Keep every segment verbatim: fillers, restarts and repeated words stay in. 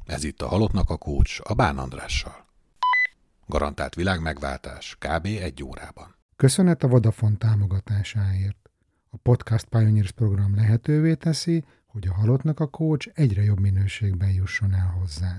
Ez itt a Halottnak a Coach a Bán Andrással. Garantált világmegváltás kb. egy órában. Köszönet a Vodafone támogatásáért. A Podcast Pioneers program lehetővé teszi, hogy a Halottnak a Coach egyre jobb minőségben jusson el hozzád.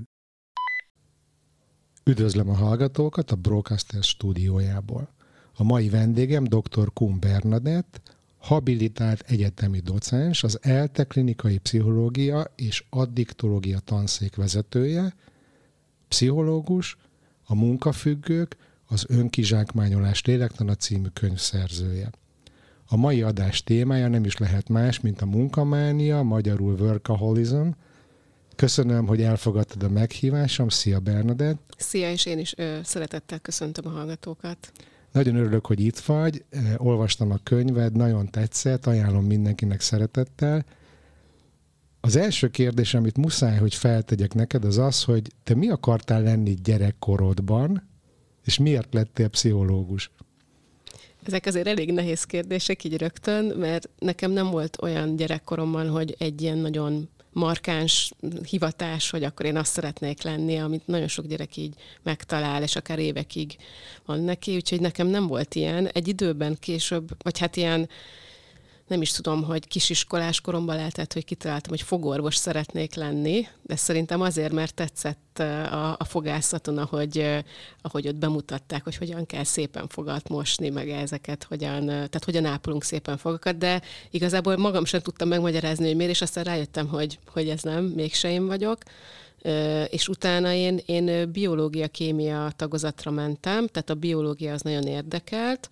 Üdvözlöm a hallgatókat a Broadcaster stúdiójából. A mai vendégem dr. Kun Bernadett, habilitált egyetemi docens, az ELTE klinikai pszichológia és addiktológia tanszék vezetője, pszichológus, a munkafüggők, az önkizsákmányolás lélektana című könyv szerzője. A mai adás témája nem is lehet más, mint a munkamánia, magyarul workaholism. Köszönöm, hogy elfogadtad a meghívásom. Szia, Bernadett! Szia, és én is ö, szeretettel köszöntöm a hallgatókat. Nagyon örülök, hogy itt vagy. Olvastam a könyved, nagyon tetszett, ajánlom mindenkinek szeretettel. Az első kérdés, amit muszáj, hogy feltegyek neked, az az, hogy te mi akartál lenni gyerekkorodban, és miért lettél pszichológus? Ezek azért elég nehéz kérdések így rögtön, mert nekem nem volt olyan gyerekkoromban, hogy egy ilyen nagyon markáns hivatás, hogy akkor én azt szeretnék lenni, amit nagyon sok gyerek így megtalál, és akár évekig van neki, úgyhogy nekem nem volt ilyen. Egy időben később, vagy hát ilyen, nem is tudom, hogy kisiskolás koromban lehetett, hogy kitaláltam, hogy fogorvos szeretnék lenni, de szerintem azért, mert tetszett a, a fogászaton, ahogy, ahogy ott bemutatták, hogy hogyan kell szépen fogat mosni, meg ezeket, hogyan, tehát hogyan ápolunk szépen fogakat, de igazából magam sem tudtam megmagyarázni, hogy miért, és aztán rájöttem, hogy, hogy ez nem, mégse én vagyok. És utána én, én biológia-kémia tagozatra mentem, tehát a biológia az nagyon érdekelt,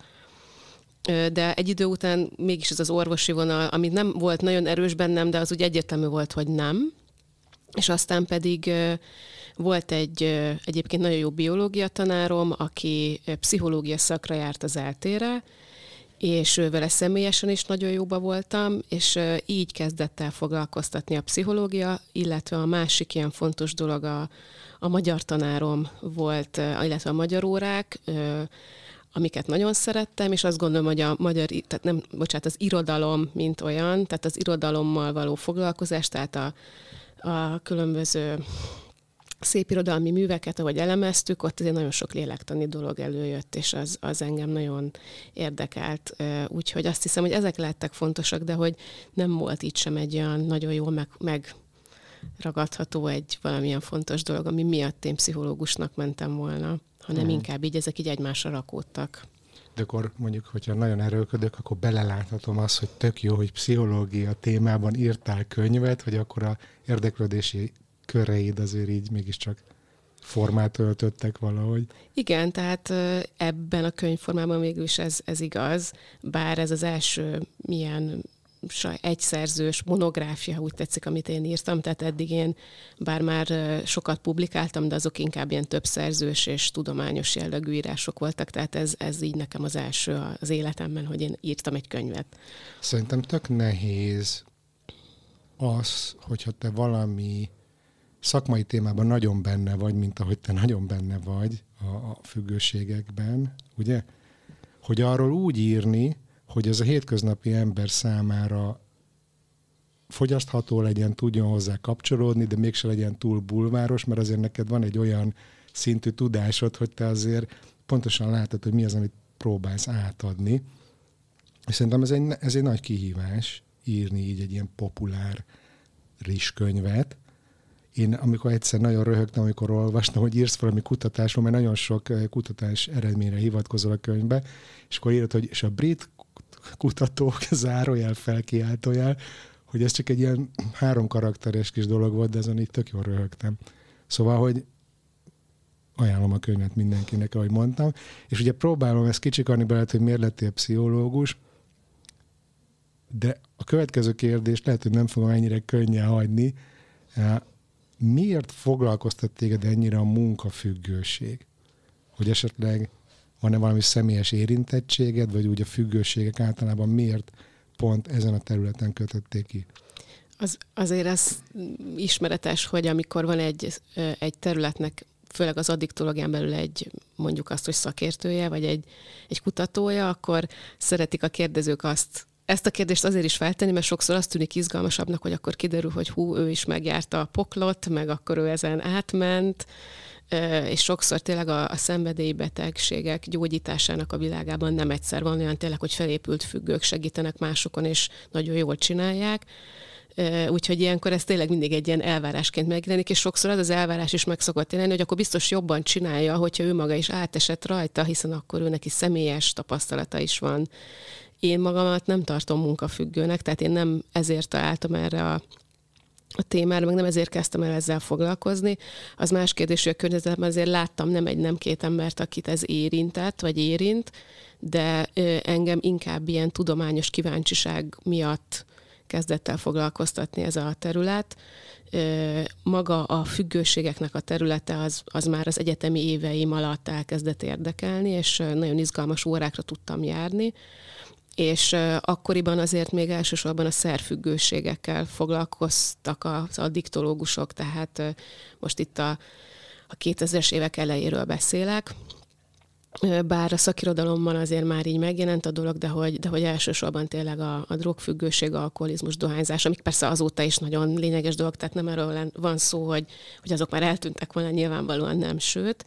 de egy idő után mégis ez az orvosi vonal, ami nem volt nagyon erős bennem, de az úgy egyértelmű volt, hogy nem. És aztán pedig volt egy egyébként nagyon jó biológia tanárom, aki pszichológia szakra járt az eltére, és vele személyesen is nagyon jóba voltam, és így kezdett el foglalkoztatni a pszichológia, illetve a másik ilyen fontos dolog a, a magyar tanárom volt, illetve a magyar órák, amiket nagyon szerettem, és azt gondolom, hogy a magyar, tehát nem, bocsánat, az irodalom, mint olyan, tehát az irodalommal való foglalkozás, tehát a, a különböző szépirodalmi műveket, ahogy elemeztük, ott azért nagyon sok lélektani dolog előjött, és az, az engem nagyon érdekelt. Úgyhogy azt hiszem, hogy ezek lettek fontosak, de hogy nem volt itt sem egy olyan nagyon jól meg, megragadható egy valamilyen fontos dolog, ami miatt én pszichológusnak mentem volna, hanem hmm. inkább így ezek így egymásra rakódtak. De akkor mondjuk, hogyha nagyon erőlködök, akkor beleláthatom azt, hogy tök jó, hogy pszichológia témában írtál könyvet, hogy akkor a érdeklődési köreid azért így mégiscsak formát öltöttek valahogy. Igen, tehát ebben a könyvformában mégis ez, ez igaz, bár ez az első milyen egyszerzős monográfia, úgy tetszik, amit én írtam, tehát eddig én bár már sokat publikáltam, de azok inkább ilyen többszerzős és tudományos jellegű írások voltak, tehát ez, ez így nekem az első az életemben, hogy én írtam egy könyvet. Szerintem tök nehéz az, hogyha te valami szakmai témában nagyon benne vagy, mint ahogy te nagyon benne vagy a, a függőségekben, ugye? Hogy arról úgy írni, hogy ez a hétköznapi ember számára fogyasztható legyen, tudjon hozzá kapcsolódni, de mégse legyen túl bulváros, mert azért neked van egy olyan szintű tudásod, hogy te azért pontosan látod, hogy mi az, amit próbálsz átadni. És szerintem ez egy, ez egy nagy kihívás írni így egy ilyen populár rizskönyvet. Én amikor egyszer nagyon röhögtem, amikor olvastam, hogy írsz valami kutatásról, mert nagyon sok kutatás eredményre hivatkozol a könyvbe, és akkor írod, hogy és a brit kutatók, zárójel, felkiáltójel, hogy ez csak egy ilyen három karakteres kis dolog volt, de ezen így tök jól röhögtem. Szóval, hogy ajánlom a könyvet mindenkinek, ahogy mondtam, és ugye próbálom ezt kicsikarni belőle, hogy miért lettél pszichológus, de a következő kérdés lehet, hogy nem fogom ennyire könnyen hagyni. Miért foglalkoztat téged ennyire a munkafüggőség? Hogy esetleg van-e valami személyes érintettséged, vagy úgy a függőségek általában miért pont ezen a területen kötötték ki? Az, azért az ismeretes, hogy amikor van egy, egy területnek, főleg az addiktológián belül egy, mondjuk azt, hogy szakértője, vagy egy, egy kutatója, akkor szeretik a kérdezők azt ezt a kérdést azért is feltenni, mert sokszor azt tűnik izgalmasabbnak, hogy akkor kiderül, hogy hú, ő is megjárta a poklot, meg akkor ő ezen átment, és sokszor tényleg a, a szenvedélybetegségek gyógyításának a világában nem egyszer van olyan tényleg, hogy felépült függők segítenek másokon, és nagyon jól csinálják. Úgyhogy ilyenkor ez tényleg mindig egy ilyen elvárásként megjelenik, és sokszor az az elvárás is meg szokott jelenni, hogy akkor biztos jobban csinálja, hogyha ő maga is átesett rajta, hiszen akkor ő neki személyes tapasztalata is van. Én magamat nem tartom munkafüggőnek, tehát én nem ezért találtam erre a a témára, meg nem ezért kezdtem el ezzel foglalkozni. Az más kérdés, hogy a környezetben azért láttam nem egy, nem két embert, akit ez érintett, vagy érint, de engem inkább ilyen tudományos kíváncsiság miatt kezdett el foglalkoztatni ez a terület. Maga a függőségeknek a területe az, az már az egyetemi éveim alatt elkezdett érdekelni, és nagyon izgalmas órákra tudtam járni. És akkoriban azért még elsősorban a szerfüggőségekkel foglalkoztak az addiktológusok, tehát most itt a, a kétezres évek elejéről beszélek, bár a szakirodalomban azért már így megjelent a dolog, de hogy, de hogy elsősorban tényleg a, a drogfüggőség, alkoholizmus, dohányzás, amik persze azóta is nagyon lényeges dolog, tehát nem erről van szó, hogy, hogy azok már eltűntek volna, nyilvánvalóan nem, sőt.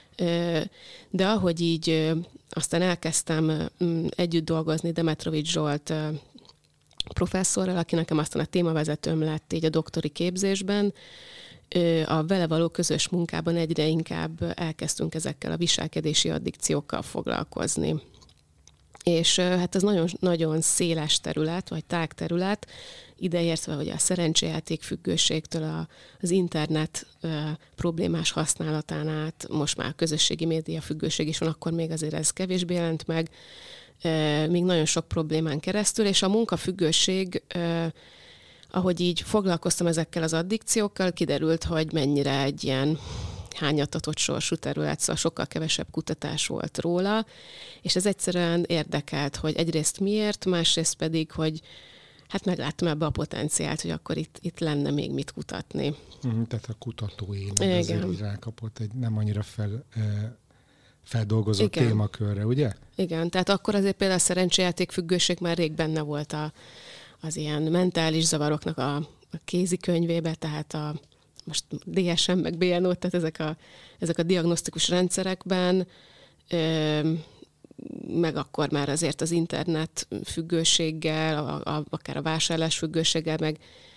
De ahogy így aztán elkezdtem együtt dolgozni Demetrovics Zsolt professzorral, aki nekem aztán a témavezetőm lett így a doktori képzésben, a vele való közös munkában egyre inkább elkezdtünk ezekkel a viselkedési addikciókkal foglalkozni. És hát ez nagyon, nagyon széles terület, vagy tág terület, ideértve, hogy a szerencsejáték függőségtől a, az internet e, problémás használatán át, most már a közösségi média függőség is van, akkor még azért ez kevésbé jelent meg, e, még nagyon sok problémán keresztül, és a munkafüggőség, e, ahogy így foglalkoztam ezekkel az addikciókkal, kiderült, hogy mennyire egy ilyen hányatatott sorsú terület, szóval sokkal kevesebb kutatás volt róla, és ez egyszerűen érdekelt, hogy egyrészt miért, másrészt pedig, hogy hát megláttam ebbe a potenciált, hogy akkor itt, itt lenne még mit kutatni. Mm, tehát a kutatói azért rákapott egy nem annyira fel, feldolgozott Igen. témakörre, ugye? Igen, tehát akkor azért például a szerencsejáték függőség már rég benne volt a, az ilyen mentális zavaroknak a, a kézikönyvébe, tehát a most dé es em, meg bé en o, tehát ezek a, ezek a diagnosztikus rendszerekben, ö, meg akkor már azért az internet függőséggel, a, a, akár a vásárlás függőséggel, meg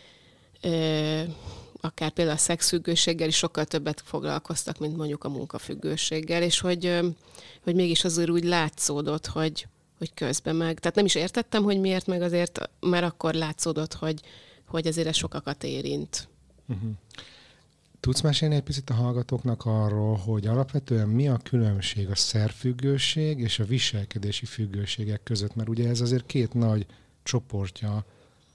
ö, akár például a szexfüggőséggel is sokkal többet foglalkoztak, mint mondjuk a munkafüggőséggel, és hogy, ö, hogy mégis azért úgy látszódott, hogy, hogy közben meg, tehát nem is értettem, hogy miért, meg azért már akkor látszódott, hogy, hogy azért ez sokakat érint. Uh-huh. Tudsz mesélni egy picit a hallgatóknak arról, hogy alapvetően mi a különbség a szerfüggőség és a viselkedési függőségek között? Mert ugye ez azért két nagy csoportja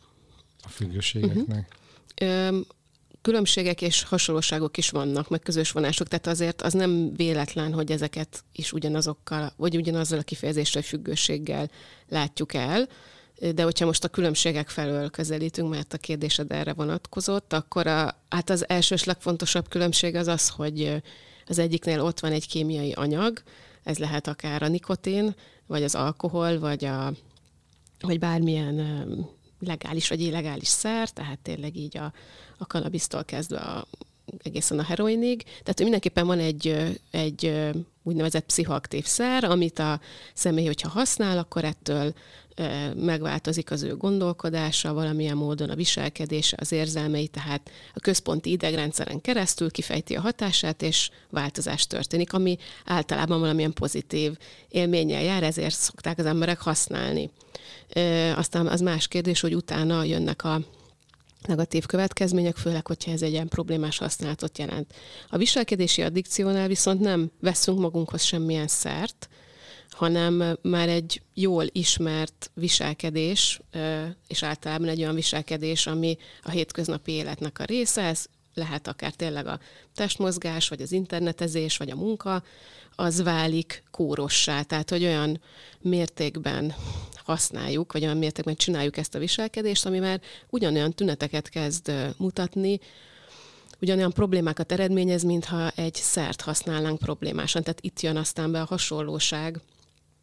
a függőségeknek. Uh-huh. Különbségek és hasonlóságok is vannak, meg közös vonások, tehát azért az nem véletlen, hogy ezeket is ugyanazokkal, vagy ugyanazzal a kifejezéssel, függőséggel látjuk el. De hogyha most a különbségek felől közelítünk, mert a kérdésed erre vonatkozott, akkor a, hát az első és legfontosabb különbség az az, hogy az egyiknél ott van egy kémiai anyag, ez lehet akár a nikotin, vagy az alkohol, vagy, a, vagy bármilyen legális vagy illegális szer, tehát tényleg így a, a kannabisztól kezdve a, egészen a heroinig. Tehát mindenképpen van egy, egy úgynevezett pszichoaktív szer, amit a személy, hogyha használ, akkor ettől megváltozik az ő gondolkodása, valamilyen módon a viselkedése, az érzelmei, tehát a központi idegrendszeren keresztül kifejti a hatását, és változás történik, ami általában valamilyen pozitív élménnyel jár, ezért szokták az emberek használni. Aztán az más kérdés, hogy utána jönnek a negatív következmények, főleg, hogyha ez egy ilyen problémás használatot jelent. A viselkedési addikciónál viszont nem veszünk magunkhoz semmilyen szert, hanem már egy jól ismert viselkedés, és általában egy olyan viselkedés, ami a hétköznapi életnek a része, ez lehet akár tényleg a testmozgás, vagy az internetezés, vagy a munka, az válik kórossá. Tehát, hogy olyan mértékben használjuk, vagy olyan mértékben csináljuk ezt a viselkedést, ami már ugyanolyan tüneteket kezd mutatni, ugyanolyan problémákat eredményez, mintha egy szert használnánk problémásan. Tehát itt jön aztán be a hasonlóság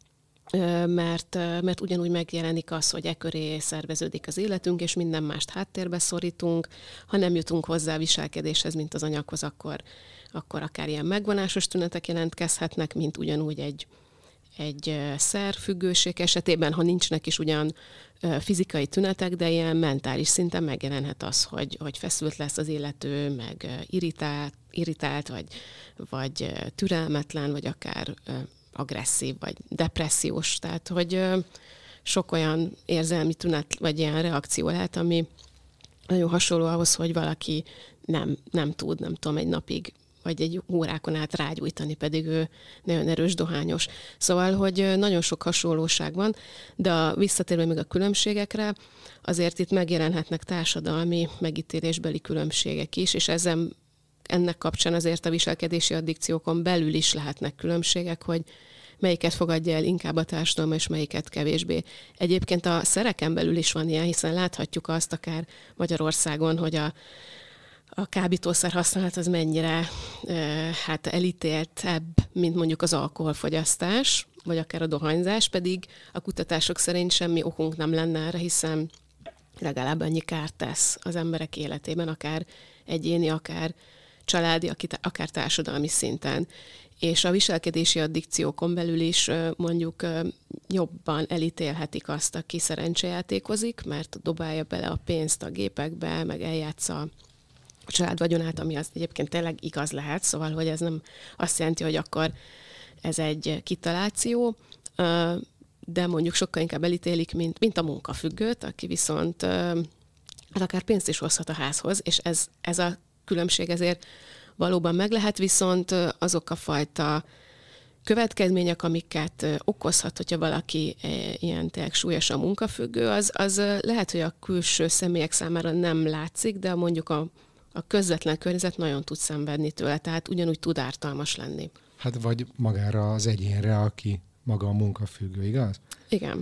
mert, mert ugyanúgy megjelenik az, hogy e köré szerveződik az életünk, és minden mást háttérbe szorítunk. Ha nem jutunk hozzá a viselkedéshez, mint az anyaghoz, akkor, akkor akár ilyen megvonásos tünetek jelentkezhetnek, mint ugyanúgy egy, egy szerfüggőség esetében, ha nincsnek is ugyan fizikai tünetek, de ilyen mentális szinten megjelenhet az, hogy, hogy feszült lesz az illető, meg irritált, irritált vagy, vagy türelmetlen, vagy akár agresszív, vagy depressziós. Tehát, hogy sok olyan érzelmi tünet, vagy ilyen reakció lehet, ami nagyon hasonló ahhoz, hogy valaki nem, nem tud, nem tudom, egy napig, vagy egy órákon át rágyújtani, pedig ő nagyon erős dohányos. Szóval, hogy nagyon sok hasonlóság van, de a, visszatérve még a különbségekre, azért itt megjelenhetnek társadalmi, megítélésbeli különbségek is, és ezen, ennek kapcsán azért a viselkedési addikciókon belül is lehetnek különbségek, hogy melyiket fogadja el inkább a társadalom, és melyiket kevésbé. Egyébként a szereken belül is van ilyen, hiszen láthatjuk azt akár Magyarországon, hogy a a kábítószer használat az mennyire e, hát elítéltebb, mint mondjuk az alkoholfogyasztás, vagy akár a dohányzás, pedig a kutatások szerint semmi okunk nem lenne erre, hiszen legalább annyi kárt tesz az emberek életében, akár egyéni, akár családi, akár társadalmi szinten. És a viselkedési addikciókon belül is mondjuk jobban elítélhetik azt, aki szerencsejátékozik, mert dobálja bele a pénzt a gépekbe, meg eljátsza a család vagyonát, ami az egyébként tényleg igaz lehet, szóval, hogy ez nem azt jelenti, hogy akkor ez egy kitaláció, de mondjuk sokkal inkább elítélik, mint, mint a munkafüggőt, aki viszont hát akár pénzt is hozhat a házhoz, és ez, ez a különbség ezért valóban meg lehet, viszont azok a fajta következmények, amiket okozhat, hogyha valaki ilyen tényleg súlyosan munkafüggő, az, az lehet, hogy a külső személyek számára nem látszik, de mondjuk a a közvetlen környezet nagyon tud szenvedni tőle, tehát ugyanúgy tud ártalmas lenni. Hát vagy magára az egyénre, aki maga a munkafüggő, igaz? Igen.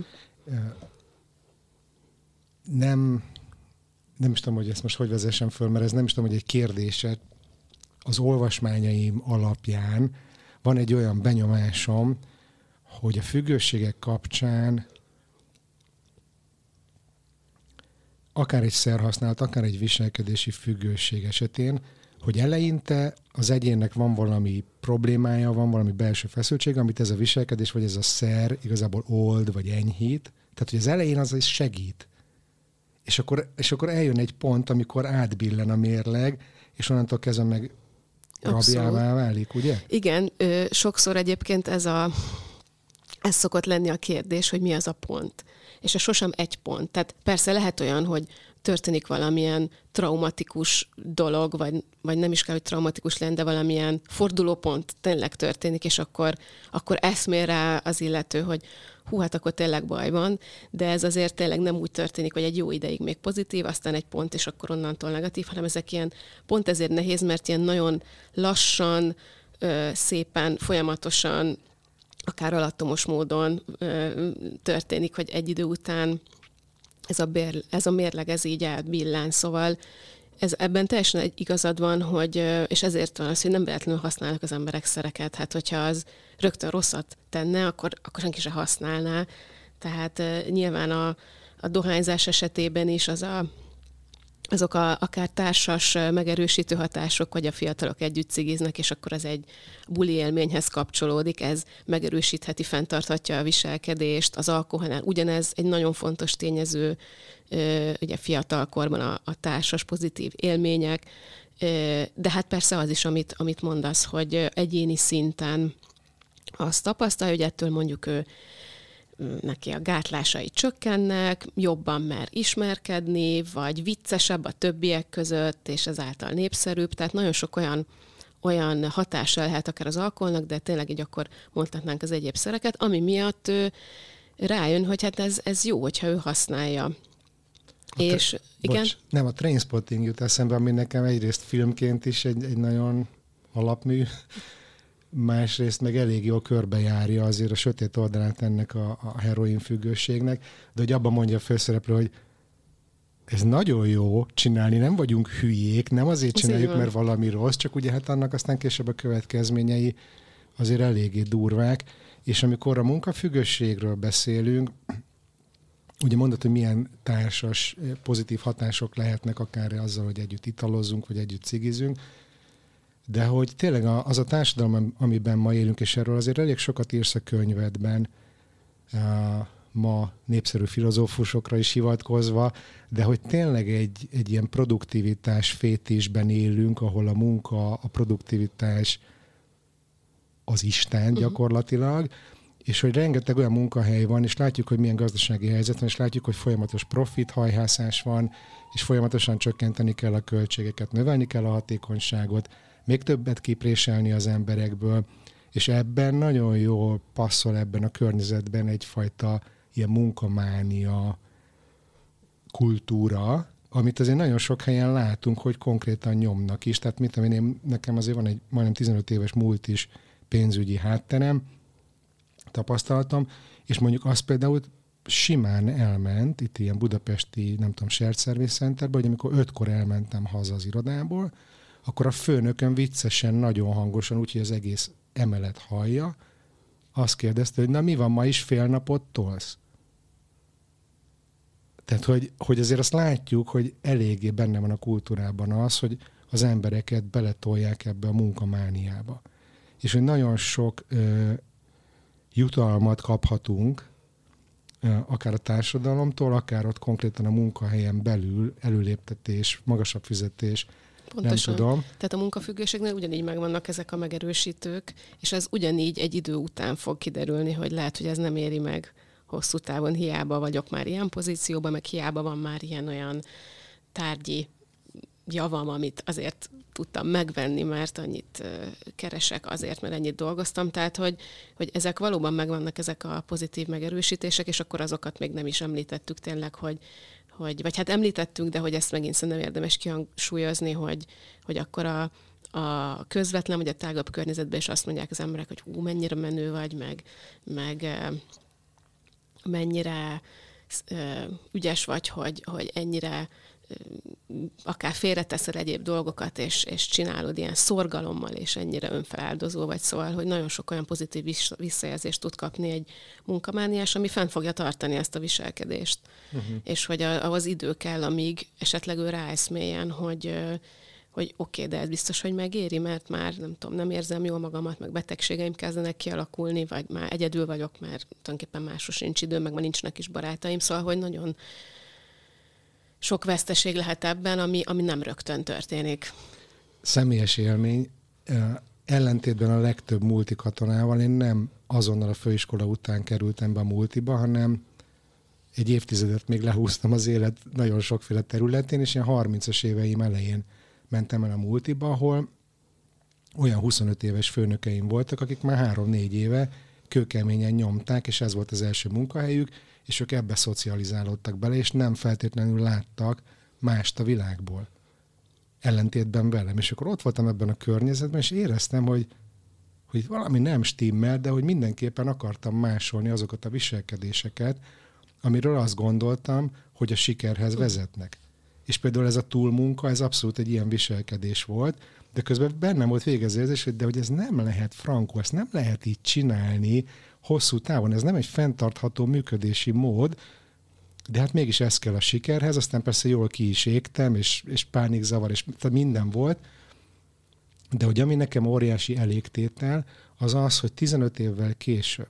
Nem, nem is tudom, hogy ezt most hogy vezessem föl, mert ez nem is tudom, hogy egy kérdése. Az olvasmányaim alapján van egy olyan benyomásom, hogy a függőségek kapcsán akár egy szerhasználat, akár egy viselkedési függőség esetén, hogy eleinte az egyénnek van valami problémája, van valami belső feszültség, amit ez a viselkedés, vagy ez a szer igazából old, vagy enyhít. Tehát, hogy az elején az is segít. És akkor, és akkor eljön egy pont, amikor átbillen a mérleg, és onnantól kezdve meg rabjává válik, ugye? Igen, ö, sokszor egyébként ez a ez szokott lenni a kérdés, hogy mi az a pont. És ez sosem egy pont. Tehát persze lehet olyan, hogy történik valamilyen traumatikus dolog, vagy, vagy nem is kell, hogy traumatikus legyen, de valamilyen fordulópont tényleg történik, és akkor, akkor eszmél rá az illető, hogy hú, hát akkor tényleg baj van, de ez azért tényleg nem úgy történik, hogy egy jó ideig még pozitív, aztán egy pont, és akkor onnantól negatív, hanem ezek ilyen, pont ezért nehéz, mert ilyen nagyon lassan, szépen, folyamatosan, akár alattomos módon ö, történik, hogy egy idő után ez a, bér, ez a mérleg ez így átbillen. Szóval ez, ebben teljesen egy igazad van, hogy, és ezért van az, hogy nem véletlenül használnak az emberek szereket. Hát, hogyha az rögtön rosszat tenne, akkor, akkor senki se használná. Tehát uh, nyilván a, a dohányzás esetében is az a azok a, akár társas megerősítő hatások, vagy a fiatalok együtt cigiznek, és akkor ez egy buli élményhez kapcsolódik, ez megerősítheti, fenntarthatja a viselkedést, az alkoholnál. Ugyanez egy nagyon fontos tényező, ugye fiatalkorban a, a társas pozitív élmények, de hát persze az is, amit, amit mondasz, hogy egyéni szinten azt tapasztalja, hogy ettől mondjuk ő neki a gátlásai csökkennek, jobban mer ismerkedni, vagy viccesebb a többiek között, és ezáltal népszerűbb. Tehát nagyon sok olyan, olyan hatása lehet akár az alkoholnak, de tényleg így akkor mondhatnánk az egyéb szereket, ami miatt ő rájön, hogy hát ez, ez jó, hogyha ő használja. A és tra- igen? Bocs, nem, a Trainspotting jut eszembe, ami nekem egyrészt filmként is egy, egy nagyon alapmű, másrészt meg elég jól körbejárja azért a sötét oldalát ennek a, a heroin függőségnek, de hogy abban mondja a főszereplő, hogy ez nagyon jó csinálni, nem vagyunk hülyék, nem azért csináljuk, mert valami rossz, csak ugye hát annak aztán később a következményei azért eléggé durvák, És amikor a munkafüggőségről beszélünk, ugye mondod, hogy milyen társas pozitív hatások lehetnek akár azzal, hogy együtt italozzunk, vagy együtt cigizünk, de hogy tényleg az a társadalom, amiben ma élünk, és erről azért elég sokat írsz a könyvedben, ma népszerű filozófusokra is hivatkozva, de hogy tényleg egy, egy ilyen produktivitás fétisben élünk, ahol a munka, a produktivitás az Isten gyakorlatilag, és hogy rengeteg olyan munkahely van, és látjuk, hogy milyen gazdasági helyzet van, és látjuk, hogy folyamatos profit hajhászás van, és folyamatosan csökkenteni kell a költségeket, növelni kell a hatékonyságot, még többet kipréselni az emberekből, és ebben nagyon jól passzol ebben a környezetben egyfajta ilyen munkamánia kultúra, amit azért nagyon sok helyen látunk, hogy konkrétan nyomnak is. Tehát mit tudom én, nekem azért van egy majdnem tizenöt éves múlt is pénzügyi hátterem, tapasztaltam, és mondjuk az például simán elment, itt ilyen budapesti, nem tudom, shared service centerben, hogy amikor ötkor elmentem haza az irodából, akkor a főnökön viccesen, nagyon hangosan, úgyhogy az egész emelet hallja, azt kérdezte, hogy na mi van, ma is fél napot tolsz? Tehát, hogy, hogy azért azt látjuk, hogy eléggé benne van a kultúrában az, hogy az embereket beletolják ebbe a munkamániába. És hogy nagyon sok ö, jutalmat kaphatunk, ö, akár a társadalomtól, akár ott konkrétan a munkahelyen belül, előléptetés, magasabb fizetés. Pontosan. Nem tudom. Tehát a munkafüggőségnél ugyanígy megvannak ezek a megerősítők, és ez ugyanígy egy idő után fog kiderülni, hogy lehet, hogy ez nem éri meg hosszú távon, hiába vagyok már ilyen pozícióban, meg hiába van már ilyen-olyan tárgyi javam, amit azért tudtam megvenni, mert annyit keresek azért, mert ennyit dolgoztam. Tehát, hogy, hogy ezek valóban megvannak, ezek a pozitív megerősítések, és akkor azokat még nem is említettük tényleg, hogy Hogy, vagy hát említettünk, de hogy ezt megint szerintem érdemes kihangsúlyozni, hogy, hogy akkor a, a közvetlen, vagy a tágabb környezetben is azt mondják az emberek, hogy hú, mennyire menő vagy, meg, meg mennyire ügyes vagy, hogy, hogy ennyire akár félreteszel egyéb dolgokat, és, és csinálod ilyen szorgalommal, és ennyire önfeláldozó vagy, szóval, hogy nagyon sok olyan pozitív visszajelzést tud kapni egy munkamániás, ami fenn fogja tartani ezt a viselkedést. Uh-huh. És hogy ahhoz idő kell, amíg esetleg ő ráeszméljen, hogy, hogy oké, okay, de ez biztos, hogy megéri, mert már nem tudom, nem érzem jól magamat, meg betegségeim kezdenek kialakulni, vagy már egyedül vagyok, mert tulajdonképpen másról sincs idő, meg már nincsenek is barátaim, szóval, hogy nagyon sok veszteség lehet ebben, ami, ami nem rögtön történik. Személyes élmény. Ellentétben a legtöbb multikatonával én nem azonnal a főiskola után kerültem be a multiba, hanem egy évtizedet még lehúztam az élet nagyon sokféle területén, és ilyen harmincas éveim elején mentem el a multiba, ahol olyan huszonöt éves főnökeim voltak, akik már három-négy éve kőkeményen nyomták, és ez volt az első munkahelyük, és ők ebbe szocializálódtak bele, és nem feltétlenül láttak mást a világból. Ellentétben velem. És akkor ott voltam ebben a környezetben, és éreztem, hogy, hogy valami nem stimmel, de hogy mindenképpen akartam másolni azokat a viselkedéseket, amiről azt gondoltam, hogy a sikerhez vezetnek. És például ez a túlmunka, ez abszolút egy ilyen viselkedés volt, de közben bennem volt végezérzés, hogy de hogy ez nem lehet frankó, ezt nem lehet így csinálni hosszú távon, ez nem egy fenntartható működési mód, de hát mégis ez kell a sikerhez, aztán persze jól ki is égtem, és, és pánikzavar, és minden volt, de hogy ami nekem óriási elégtétel, az az, hogy tizenöt évvel később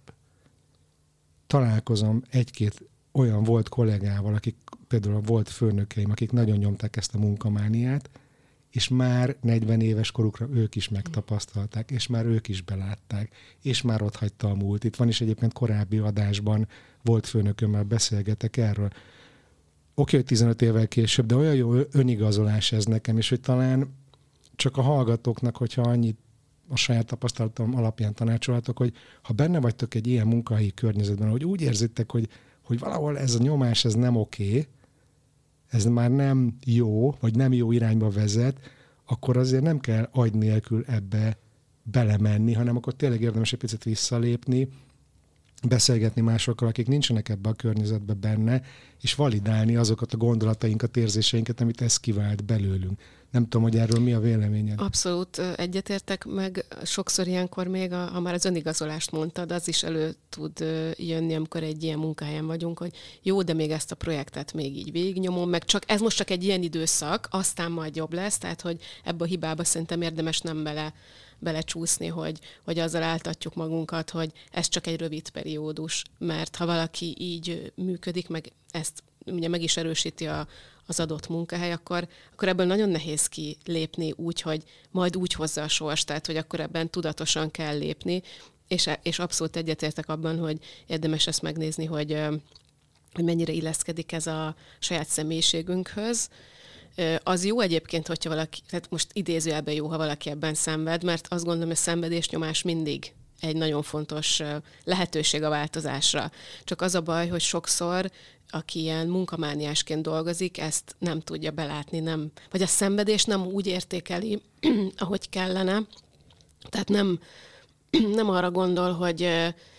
találkozom egy-két olyan volt kollégával, akik például volt főnökeim, akik nagyon nyomták ezt a munkamániát, és már negyven éves korukra ők is megtapasztalták, és már ők is belátták, és már ott hagyta a múlt. Itt van is egyébként korábbi adásban, volt főnökömmel beszélgetek erről. Oké, hogy tizenöt évvel később, de olyan jó önigazolás ez nekem, és hogy talán csak a hallgatóknak, hogyha annyit a saját tapasztalatom alapján tanácsolhatok, hogy ha benne vagytok egy ilyen munkahelyi környezetben, hogy úgy érzitek, hogy, hogy valahol ez a nyomás, ez nem oké, ez már nem jó, vagy nem jó irányba vezet, akkor azért nem kell agy nélkül ebbe belemenni, hanem akkor tényleg érdemes egy picit visszalépni, beszélgetni másokkal, akik nincsenek ebbe a környezetbe benne, és validálni azokat a gondolatainkat, érzéseinket, amit ez kivált belőlünk. Nem tudom, hogy erről mi a véleményed. Abszolút egyetértek, meg sokszor ilyenkor még, a, ha már az önigazolást mondtad, az is elő tud jönni, amikor egy ilyen munkahelyen vagyunk, hogy jó, de még ezt a projektet még így végignyomom, meg csak ez most csak egy ilyen időszak, aztán majd jobb lesz, tehát hogy ebbe a hibába szerintem érdemes nem bele belecsúszni, hogy, hogy azzal áltatjuk magunkat, hogy ez csak egy rövid periódus, mert ha valaki így működik, meg ezt ugye meg is erősíti a, az adott munkahely, akkor, akkor ebből nagyon nehéz kilépni úgy, hogy majd úgy hozza a sors, tehát hogy akkor ebben tudatosan kell lépni, és, és abszolút egyetértek abban, hogy érdemes ezt megnézni, hogy, hogy mennyire illeszkedik ez a saját személyiségünkhöz. Az jó egyébként, hogyha valaki, tehát most idézőjelben jó, ha valaki ebben szenved, mert azt gondolom, hogy a szenvedésnyomás mindig egy nagyon fontos lehetőség a változásra. Csak az a baj, hogy sokszor, aki ilyen munkamániásként dolgozik, ezt nem tudja belátni, nem, vagy a szenvedés nem úgy értékeli, ahogy kellene. Tehát nem, nem arra gondol, hogy,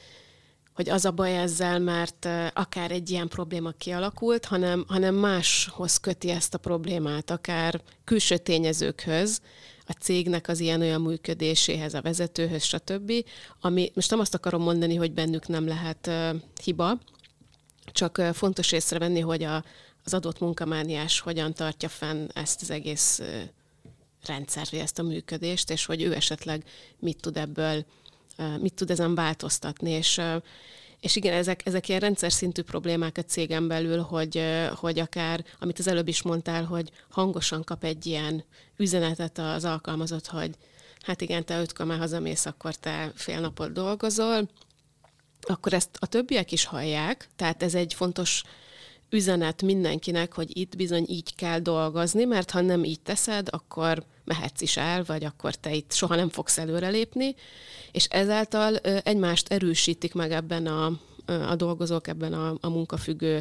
hogy az a baj ezzel, mert akár egy ilyen probléma kialakult, hanem, hanem máshoz köti ezt a problémát, akár külső tényezőkhöz, a cégnek az ilyen-olyan működéséhez, a vezetőhöz, stb. Ami, most nem azt akarom mondani, hogy bennük nem lehet uh, hiba, csak uh, fontos észrevenni, hogy a, az adott munkamániás hogyan tartja fenn ezt az egész uh, rendszert, vagy ezt a működést, és hogy ő esetleg mit tud ebből, uh, mit tud ezen változtatni, és uh, És igen, ezek, ezek ilyen rendszer szintű problémák a cégen belül, hogy, hogy akár, amit az előbb is mondtál, hogy hangosan kap egy ilyen üzenetet az alkalmazott, hogy hát igen, te ötkor már hazamész, akkor te fél napot dolgozol, akkor ezt a többiek is hallják, tehát ez egy fontos üzenet mindenkinek, hogy itt bizony így kell dolgozni, mert ha nem így teszed, akkor mehetsz is el, vagy akkor te itt soha nem fogsz előrelépni, és ezáltal egymást erősítik meg ebben a, a dolgozók, ebben a, a munkafüggő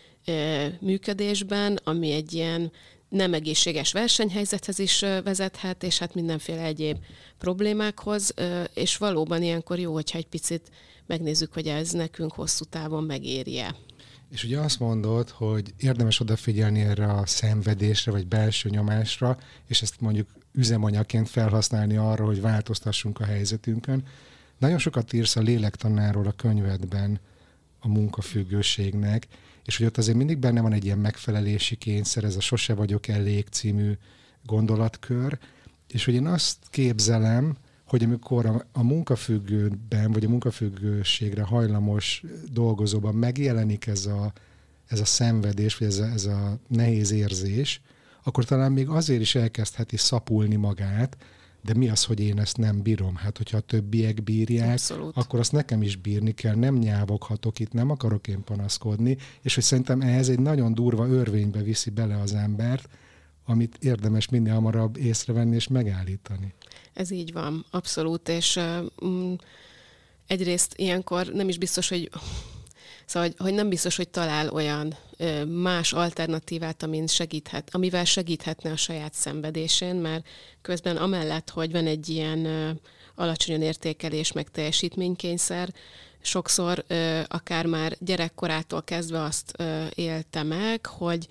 működésben, ami egy ilyen nem egészséges versenyhelyzethez is vezethet, és hát mindenféle egyéb problémákhoz, és valóban ilyenkor jó, hogyha egy picit megnézzük, hogy ez nekünk hosszú távon megéri-e. És ugye azt mondod, hogy érdemes odafigyelni erre a szenvedésre, vagy belső nyomásra, és ezt mondjuk üzemanyagként felhasználni arra, hogy változtassunk a helyzetünkön. Nagyon sokat írsz a lélektanáról a könyvedben a munkafüggőségnek, és hogy ott azért mindig benne van egy ilyen megfelelési kényszer, ez a Sose vagyok elég című gondolatkör, és hogy én azt képzelem, hogy amikor a, a munkafüggőben, vagy a munkafüggőségre hajlamos dolgozóban megjelenik ez a, ez a szenvedés, vagy ez a, ez a nehéz érzés, akkor talán még azért is elkezdheti szapulni magát, de mi az, hogy én ezt nem bírom? Hát, hogyha a többiek bírják, abszolút, akkor azt nekem is bírni kell, nem nyávoghatok itt, nem akarok én panaszkodni, és hogy szerintem ehhez egy nagyon durva örvénybe viszi bele az embert, amit érdemes minél hamarabb észrevenni és megállítani. Ez így van, abszolút, és um, egyrészt ilyenkor nem is biztos, hogy szóval, hogy, hogy nem biztos, hogy talál olyan ö, más alternatívát, amin segíthet, amivel segíthetne a saját szenvedésén, mert közben amellett, hogy van egy ilyen ö, alacsonyan értékelés, meg teljesítménykényszer, sokszor ö, akár már gyerekkorától kezdve azt ö, élte meg, hogy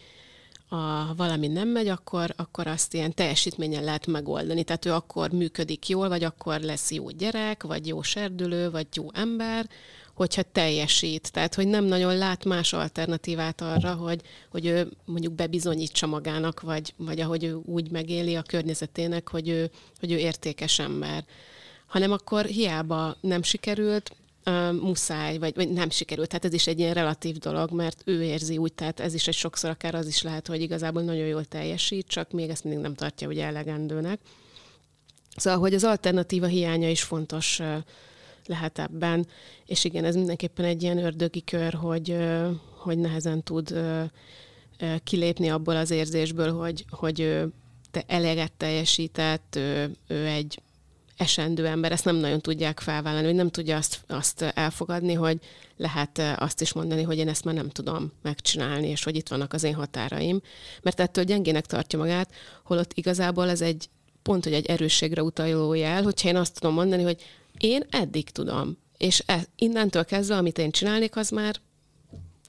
ha valami nem megy, akkor, akkor azt ilyen teljesítményen lehet megoldani. Tehát ő akkor működik jól, vagy akkor lesz jó gyerek, vagy jó serdülő, vagy jó ember, hogyha teljesít. Tehát, hogy nem nagyon lát más alternatívát arra, hogy, hogy ő mondjuk bebizonyítsa magának, vagy, vagy ahogy ő úgy megéli a környezetének, hogy ő, hogy ő értékes ember. Hanem akkor hiába nem sikerült, Uh, muszáj, vagy, vagy nem sikerült. Tehát ez is egy ilyen relatív dolog, mert ő érzi úgy, tehát ez is egy sokszor akár az is lehet, hogy igazából nagyon jól teljesít, csak még ezt mindig nem tartja ugye elegendőnek. Szóval, hogy az alternatíva hiánya is fontos uh, lehet ebben, és igen, ez mindenképpen egy ilyen ördögi kör, hogy, uh, hogy nehezen tud uh, uh, kilépni abból az érzésből, hogy, hogy uh, te eleget teljesített, ő, ő egy esendő ember, ezt nem nagyon tudják felvállalni, hogy nem tudja azt, azt elfogadni, hogy lehet azt is mondani, hogy én ezt már nem tudom megcsinálni, és hogy itt vannak az én határaim, mert ettől gyengének tartja magát, holott igazából ez egy pont, hogy egy erősségre utaló jel, hogyha én azt tudom mondani, hogy én eddig tudom, és e, innentől kezdve, amit én csinálnék, az már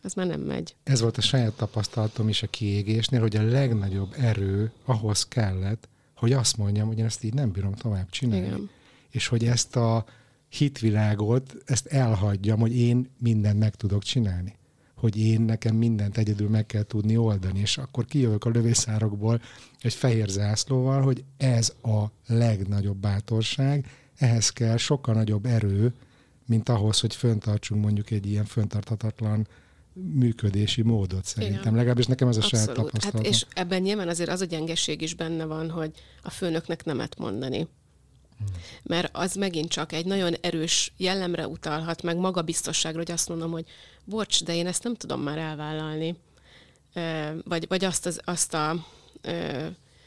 az már nem megy. Ez volt a saját tapasztalatom is a kiégésnél, hogy a legnagyobb erő ahhoz kellett, hogy azt mondjam, hogy én ezt így nem bírom tovább csinálni. Igen. És hogy ezt a hitvilágot, ezt elhagyjam, hogy én mindent meg tudok csinálni. Hogy én nekem mindent egyedül meg kell tudni oldani, és akkor kijövök a lövészárokból egy fehér zászlóval, hogy ez a legnagyobb bátorság, ehhez kell sokkal nagyobb erő, mint ahhoz, hogy föntartsunk mondjuk egy ilyen föntarthatatlan működési módot szerintem. Igen. Legalábbis nekem ez a saját tapasztalatom. Hát és ebben nyilván azért az a gyengeség is benne van, hogy a főnöknek nemet mondani. Hmm. Mert az megint csak egy nagyon erős jellemre utalhat, meg magabiztosságra, hogy azt mondom, hogy bocs, de én ezt nem tudom már elvállalni. Vagy, vagy azt, az, azt a ö,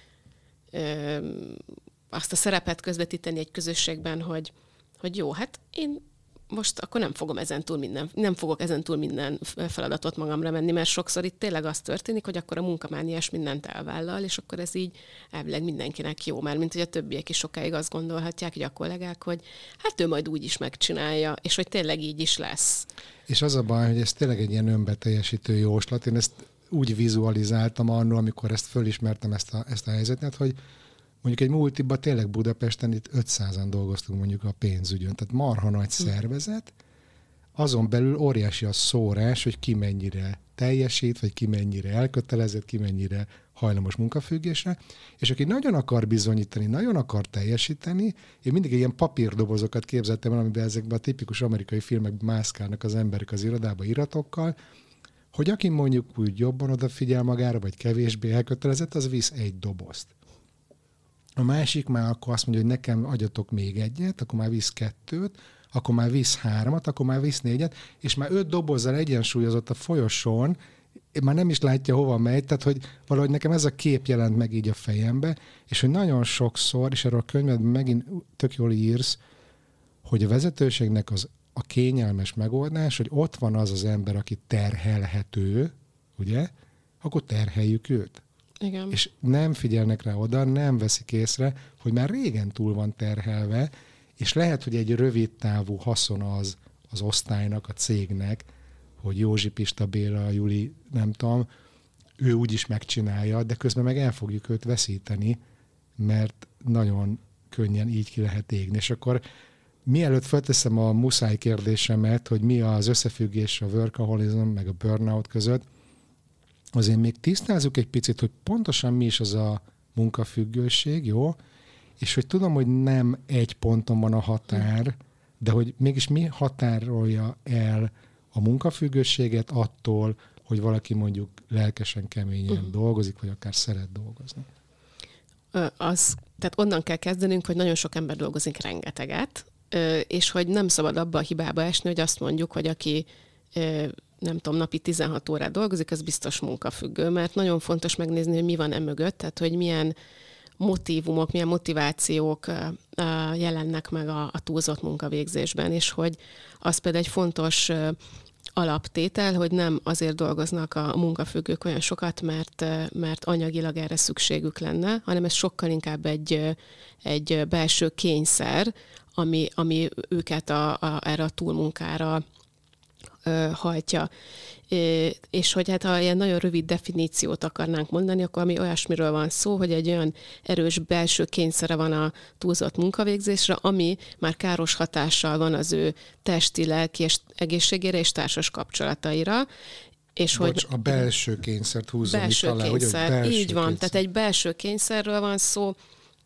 ö, azt a szerepet közvetíteni egy közösségben, hogy, hogy jó, hát én most akkor nem fogom ezen túl minden, nem fogok ezen túl minden feladatot magamra menni, mert sokszor itt tényleg az történik, hogy akkor a munkamániás mindent elvállal, és akkor ez így elvileg mindenkinek jó, mert mint hogy a többiek is sokáig azt gondolhatják, hogy a kollégák, hogy hát ő majd úgy is megcsinálja, és hogy tényleg így is lesz. És az a baj, hogy ez tényleg egy ilyen önbeteljesítő jóslat. Én ezt úgy vizualizáltam annól, amikor ezt fölismertem ezt a, ezt a helyzetet, hogy mondjuk egy multiban tényleg Budapesten itt ötszázan dolgoztunk mondjuk a pénzügyön, tehát marha nagy szervezet, azon belül óriási a szórás, hogy ki mennyire teljesít, vagy ki mennyire elkötelezett, ki mennyire hajlamos munkafüggésre, és aki nagyon akar bizonyítani, nagyon akar teljesíteni, én mindig ilyen papírdobozokat képzeltem el, amiben ezekben a tipikus amerikai filmekben mászkálnak az emberek az irodába iratokkal, hogy aki mondjuk úgy jobban odafigyel magára, vagy kevésbé elkötelezett, az visz egy dobozt. A másik már akkor azt mondja, hogy nekem adjatok még egyet, akkor már visz kettőt, akkor már visz háromat, akkor már visz négyet, és már öt dobozzal egyensúlyozott a folyosón, már nem is látja, hova megy, tehát hogy valahogy nekem ez a kép jelent meg így a fejembe, és hogy nagyon sokszor, és erről a könyvedben megint tök jól írsz, hogy a vezetőségnek az a kényelmes megoldás, hogy ott van az az ember, aki terhelhető, ugye, akkor terheljük őt. Igen. És nem figyelnek rá oda, nem veszik észre, hogy már régen túl van terhelve, és lehet, hogy egy rövid távú haszon az az osztálynak, a cégnek, hogy Józsi, Pista, Béla, Juli, nem tudom, ő úgyis megcsinálja, de közben meg el fogjuk őt veszíteni, mert nagyon könnyen így ki lehet égni. És akkor mielőtt felteszem a muszáj kérdésemet, hogy mi az összefüggés a workaholism meg a burnout között, azért még tisztázzuk egy picit, hogy pontosan mi is az a munkafüggőség, jó? És hogy tudom, hogy nem egy ponton van a határ, de hogy mégis mi határolja el a munkafüggőséget attól, hogy valaki mondjuk lelkesen, keményen uh-huh. dolgozik, vagy akár szeret dolgozni. Az, tehát onnan kell kezdenünk, hogy nagyon sok ember dolgozik rengeteget, és hogy nem szabad abba a hibába esni, hogy azt mondjuk, hogy aki nem tudom, napi tizenhat órát dolgozik, az biztos munkafüggő, mert nagyon fontos megnézni, hogy mi van emögött, tehát hogy milyen motívumok, milyen motivációk jelennek meg a, a túlzott munkavégzésben, és hogy az például egy fontos alaptétel, hogy nem azért dolgoznak a munkafüggők olyan sokat, mert, mert anyagilag erre szükségük lenne, hanem ez sokkal inkább egy, egy belső kényszer, ami, ami őket a, a, erre a túlmunkára hajtja. És hogy hát ha ilyen nagyon rövid definíciót akarnánk mondani, akkor ami olyasmiről van szó, hogy egy olyan erős belső kényszere van a túlzott munkavégzésre, ami már káros hatással van az ő testi, lelki és egészségére és társas kapcsolataira. És Bocs, hogy a belső kényszert húzom belső itt alá, kényszer, hogy belső így van, kényszer. tehát egy belső kényszerről van szó,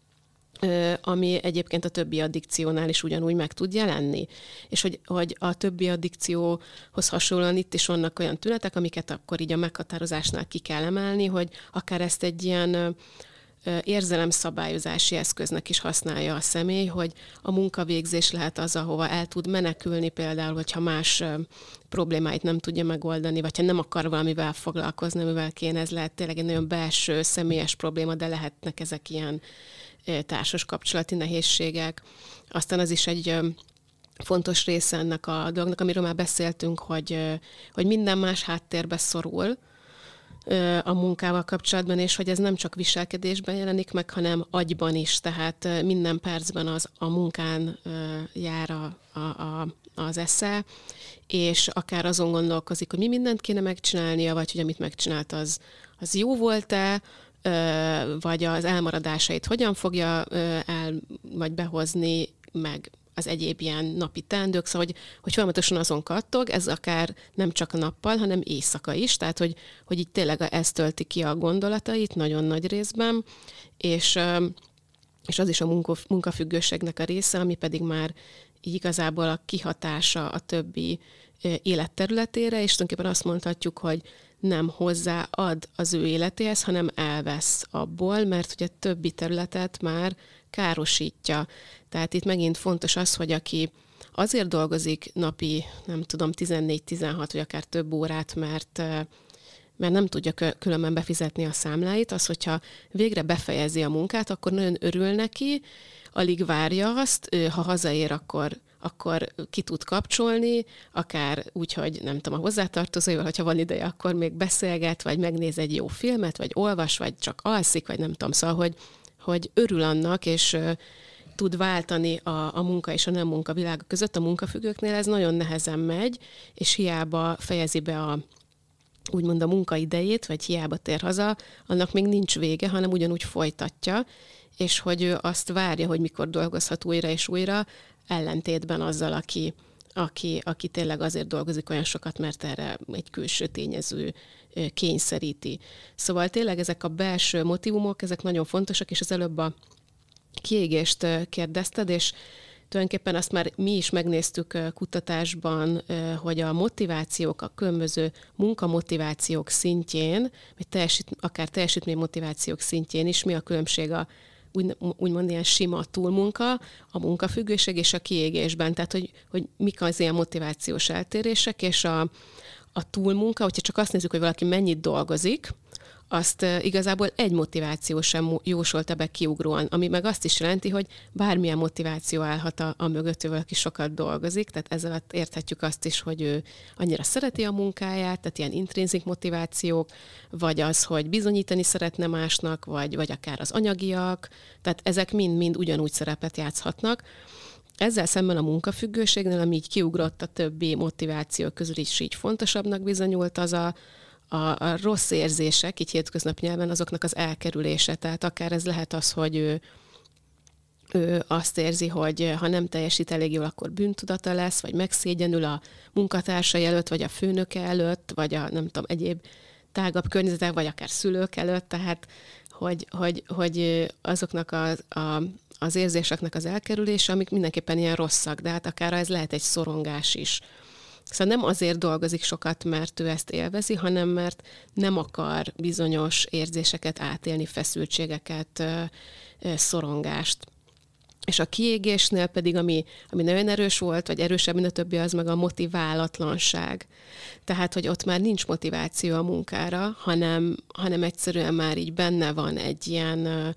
ami egyébként a többi addikciónál is ugyanúgy meg tud jelenni. És hogy, hogy a többi addikcióhoz hasonlóan itt is vannak olyan tünetek, amiket akkor így a meghatározásnál ki kell emelni, hogy akár ezt egy ilyen érzelemszabályozási eszköznek is használja a személy, hogy a munkavégzés lehet az, ahova el tud menekülni például, hogyha más problémáit nem tudja megoldani, vagy ha nem akar valamivel foglalkozni, amivel kéne, ez lehet tényleg egy nagyon belső, személyes probléma, de lehetnek ezek ilyen társas kapcsolati nehézségek. Aztán az is egy fontos része ennek a dolognak, amiről már beszéltünk, hogy, hogy minden más háttérbe szorul a munkával kapcsolatban, és hogy ez nem csak viselkedésben jelenik meg, hanem agyban is, tehát minden percben az a munkán jár a, a, a, az esze, és akár azon gondolkozik, hogy mi mindent kéne megcsinálnia, vagy hogy amit megcsinált, az, az jó volt-e, vagy az elmaradásait hogyan fogja el, vagy behozni, meg az egyéb ilyen napi teendők, szóval, hogy, hogy folyamatosan azon kattog, ez akár nem csak nappal, hanem éjszaka is, tehát, hogy, hogy így tényleg ez tölti ki a gondolatait nagyon nagy részben, és, és az is a munkafüggőségnek a része, ami pedig már így igazából a kihatása a többi életterületére, és tulajdonképpen azt mondhatjuk, hogy nem hozzáad az ő életéhez, hanem elvesz abból, mert ugye többi területet már károsítja. Tehát itt megint fontos az, hogy aki azért dolgozik napi, nem tudom, tizennégy-tizenhat, vagy akár több órát, mert, mert nem tudja különben befizetni a számláit, az, hogyha végre befejezi a munkát, akkor nagyon örül neki, alig várja azt, ha hazaér, akkor akkor ki tud kapcsolni, akár úgy, hogy nem tudom, a hozzátartozóival, hogyha van ideje, akkor még beszélget, vagy megnéz egy jó filmet, vagy olvas, vagy csak alszik, vagy nem tudom, szóval, hogy, hogy örül annak, és uh, tud váltani a, a munka és a nem munka világa között. A munkafüggőknél ez nagyon nehezen megy, és hiába fejezi be a úgymond a munkaidejét, vagy hiába tér haza, annak még nincs vége, hanem ugyanúgy folytatja, és hogy ő azt várja, hogy mikor dolgozhat újra és újra, ellentétben azzal, aki, aki, aki tényleg azért dolgozik olyan sokat, mert erre egy külső tényező kényszeríti. Szóval tényleg ezek a belső motívumok, ezek nagyon fontosak, és az előbb a kiégést kérdezted, és tulajdonképpen azt már mi is megnéztük kutatásban, hogy a motivációk, a különböző munkamotivációk szintjén, vagy teljesít, akár teljesítménymotivációk szintjén is mi a különbség a úgy, úgymond ilyen sima túlmunka, a munkafüggőség és a kiégésben. Tehát, hogy, hogy mik az ilyen motivációs eltérések, és a, a túlmunka, hogyha csak azt nézzük, hogy valaki mennyit dolgozik, azt igazából egy motiváció sem jósolt ebbe kiugróan, ami meg azt is jelenti, hogy bármilyen motiváció állhat a, a mögött, hogy valaki sokat dolgozik, tehát ezzel alatt érthetjük azt is, hogy ő annyira szereti a munkáját, tehát ilyen intrinzik motivációk, vagy az, hogy bizonyítani szeretne másnak, vagy, vagy akár az anyagiak, tehát ezek mind-mind ugyanúgy szerepet játszhatnak. Ezzel szemben a munkafüggőségnél, ami így kiugrott a többi motiváció közül is így fontosabbnak bizonyult, az a A, a rossz érzések, így hétköznapi nyelven, azoknak az elkerülése. Tehát akár ez lehet az, hogy ő, ő azt érzi, hogy ha nem teljesít elég jól, akkor bűntudata lesz, vagy megszégyenül a munkatársai előtt, vagy a főnöke előtt, vagy a nem tudom, egyéb tágabb környezetek, vagy akár szülők előtt, tehát hogy, hogy, hogy azoknak a, a, az érzéseknek az elkerülése, amik mindenképpen ilyen rosszak, de hát akár ez lehet egy szorongás is. Szóval nem azért dolgozik sokat, mert ő ezt élvezi, hanem mert nem akar bizonyos érzéseket átélni, feszültségeket, szorongást. És a kiégésnél pedig, ami, ami nagyon erős volt, vagy erősebb, mint a többi, az meg a motiválatlanság. Tehát, hogy ott már nincs motiváció a munkára, hanem, hanem egyszerűen már így benne van egy ilyen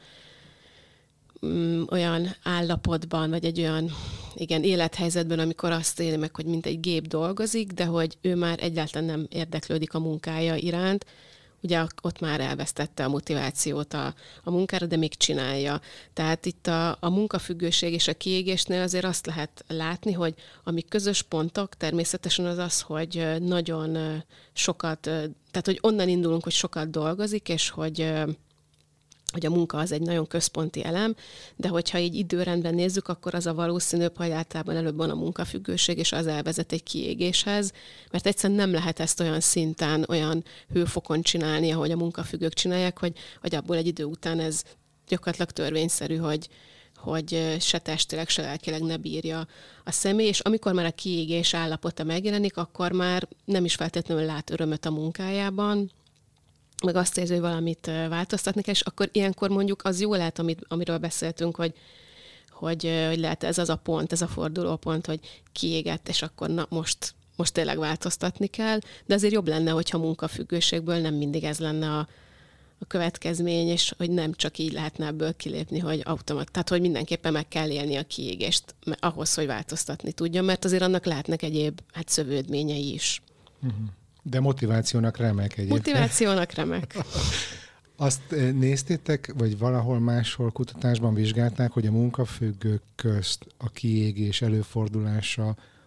olyan állapotban, vagy egy olyan igen, élethelyzetben, amikor azt éli meg, hogy mint egy gép dolgozik, de hogy ő már egyáltalán nem érdeklődik a munkája iránt. Ugye ott már elvesztette a motivációt a, a munkára, de még csinálja. Tehát itt a, a munkafüggőség és a kiégésnél azért azt lehet látni, hogy ami közös pontok természetesen az az, hogy nagyon sokat, tehát hogy onnan indulunk, hogy sokat dolgozik, és hogy hogy a munka az egy nagyon központi elem, de hogyha így időrendben nézzük, akkor az a valószínűbb, hogy általában előbb van a munkafüggőség, és az elvezet egy kiégéshez, mert egyszerűen nem lehet ezt olyan szinten, olyan hőfokon csinálni, ahogy a munkafüggők csinálják, hogy, hogy abból egy idő után ez gyakorlatilag törvényszerű, hogy, hogy se testileg, se lelkileg ne bírja a személy, és amikor már a kiégés állapota megjelenik, akkor már nem is feltétlenül lát örömöt a munkájában, meg azt érzi, hogy valamit változtatni kell, és akkor ilyenkor mondjuk az jó lehet, amit, amiről beszéltünk, hogy, hogy, hogy lehet ez az a pont, ez a fordulópont, hogy kiégett, és akkor na most, most tényleg változtatni kell, de azért jobb lenne, hogyha munkafüggőségből nem mindig ez lenne a, a következmény, és hogy nem csak így lehetne ebből kilépni, hogy automat, tehát hogy mindenképpen meg kell élni a kiégést ahhoz, hogy változtatni tudjon, mert azért annak lehetnek egyéb hát szövődményei is. Uh-huh. De motivációnak remek egyébként. Motivációnak remek. Azt néztétek, vagy valahol máshol kutatásban vizsgálták, hogy a munkafüggők közt a kiégés előfordulása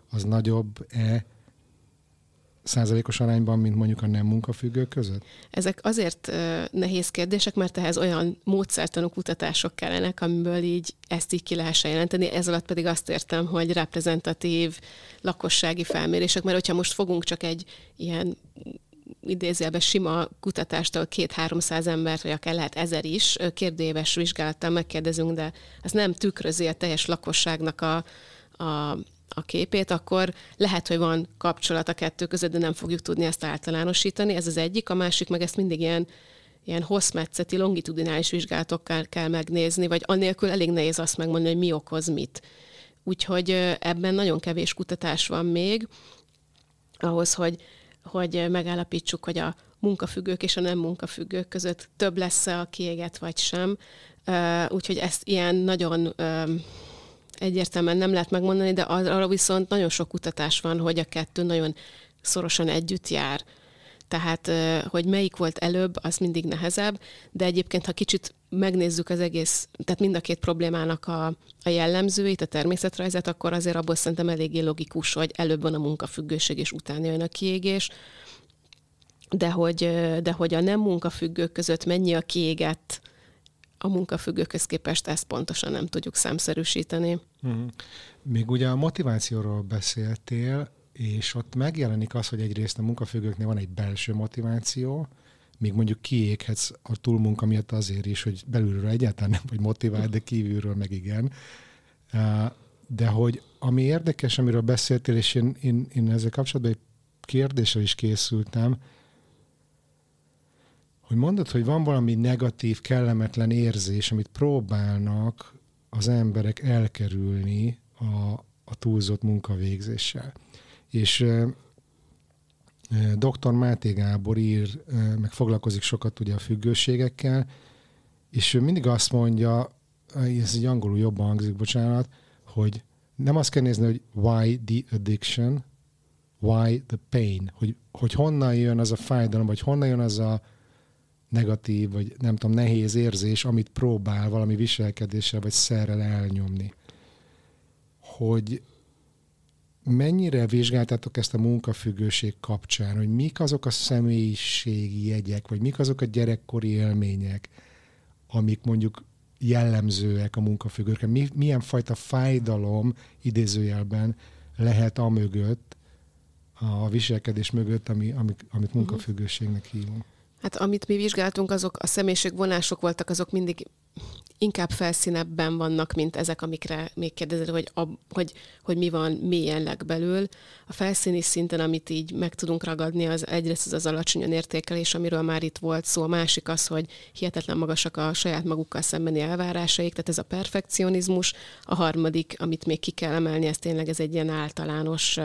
az nagyobb-e százalékos arányban, mint mondjuk a nem munkafüggők között? Ezek azért uh, nehéz kérdések, mert ehhez olyan módszertanú kutatások kellenek, amiből így ezt így ki lehessen jelenteni. Ez alatt pedig azt értem, hogy reprezentatív lakossági felmérések, mert hogyha most fogunk csak egy ilyen idézőjelben sima kutatástól két-háromszáz embert, vagy akár lehet ezer is, kérdőéves vizsgálattal megkérdezünk, de ez nem tükrözi a teljes lakosságnak a, a a képét, akkor lehet, hogy van kapcsolat a kettő között, de nem fogjuk tudni ezt általánosítani. Ez az egyik, a másik meg ezt mindig ilyen, ilyen hosszmetszeti, longitudinális vizsgálatokkal kell megnézni, vagy annélkül elég nehéz azt megmondani, hogy mi okoz mit. Úgyhogy ebben nagyon kevés kutatás van még, ahhoz, hogy, hogy megállapítsuk, hogy a munkafüggők és a nem munkafüggők között több lesz-e a kiégett, vagy sem. Úgyhogy ezt ilyen nagyon egyértelműen nem lehet megmondani, de arra viszont nagyon sok kutatás van, hogy a kettő nagyon szorosan együtt jár. Tehát, hogy melyik volt előbb, az mindig nehezebb, de egyébként, ha kicsit megnézzük az egész, tehát mind a két problémának a, a jellemzőit, a természetrajzát, akkor azért abból szerintem eléggé logikus, hogy előbb van a munkafüggőség, és utána jön a kiégés. De hogy, de hogy a nem munkafüggők között mennyi a kiégett a munkafüggőkhöz képest, ezt pontosan nem tudjuk számszerűsíteni. Uh-huh. Még ugye a motivációról beszéltél, és ott megjelenik az, hogy egyrészt a munkafüggőknél van egy belső motiváció, még mondjuk kiéghetsz a túlmunka miatt azért is, hogy belülről egyáltalán nem vagy motivált, de kívülről meg igen. De hogy ami érdekes, amiről beszéltél, és én, én, én ezzel kapcsolatban egy kérdéssel is készültem, hogy mondod, hogy van valami negatív, kellemetlen érzés, amit próbálnak az emberek elkerülni a, a túlzott munkavégzéssel. És e, e, doktor Máté Gábor ír, e, meg foglalkozik sokat ugye a függőségekkel, és ő mindig azt mondja, ez egy angolul jobban hangzik, bocsánat, hogy nem azt kell nézni, hogy why the addiction, why the pain, hogy, hogy honnan jön az a fájdalom, vagy honnan jön az a negatív, vagy nem tudom, nehéz érzés, amit próbál valami viselkedéssel, vagy szerrel elnyomni. Hogy mennyire vizsgáltátok ezt a munkafüggőség kapcsán, hogy mik azok a személyiségi jegyek, vagy mik azok a gyerekkori élmények, amik mondjuk jellemzőek a munkafüggőkre. Mi, milyen fajta fájdalom idézőjelben lehet a mögött, a viselkedés mögött, ami, amit, amit munkafüggőségnek hívunk. Hát amit mi vizsgáltunk, azok a személyiségvonások voltak, azok mindig inkább felszínebben vannak, mint ezek, amikre még kérdezel, hogy, a, hogy, hogy mi van mélyen legbelül. A felszíni szinten, amit így meg tudunk ragadni, az egyrészt az az alacsony értékelés, amiről már itt volt szó. A másik az, hogy hihetetlen magasak a saját magukkal szembeni elvárásaik, tehát ez a perfekcionizmus. A harmadik, amit még ki kell emelni, ez tényleg ez egy ilyen általános,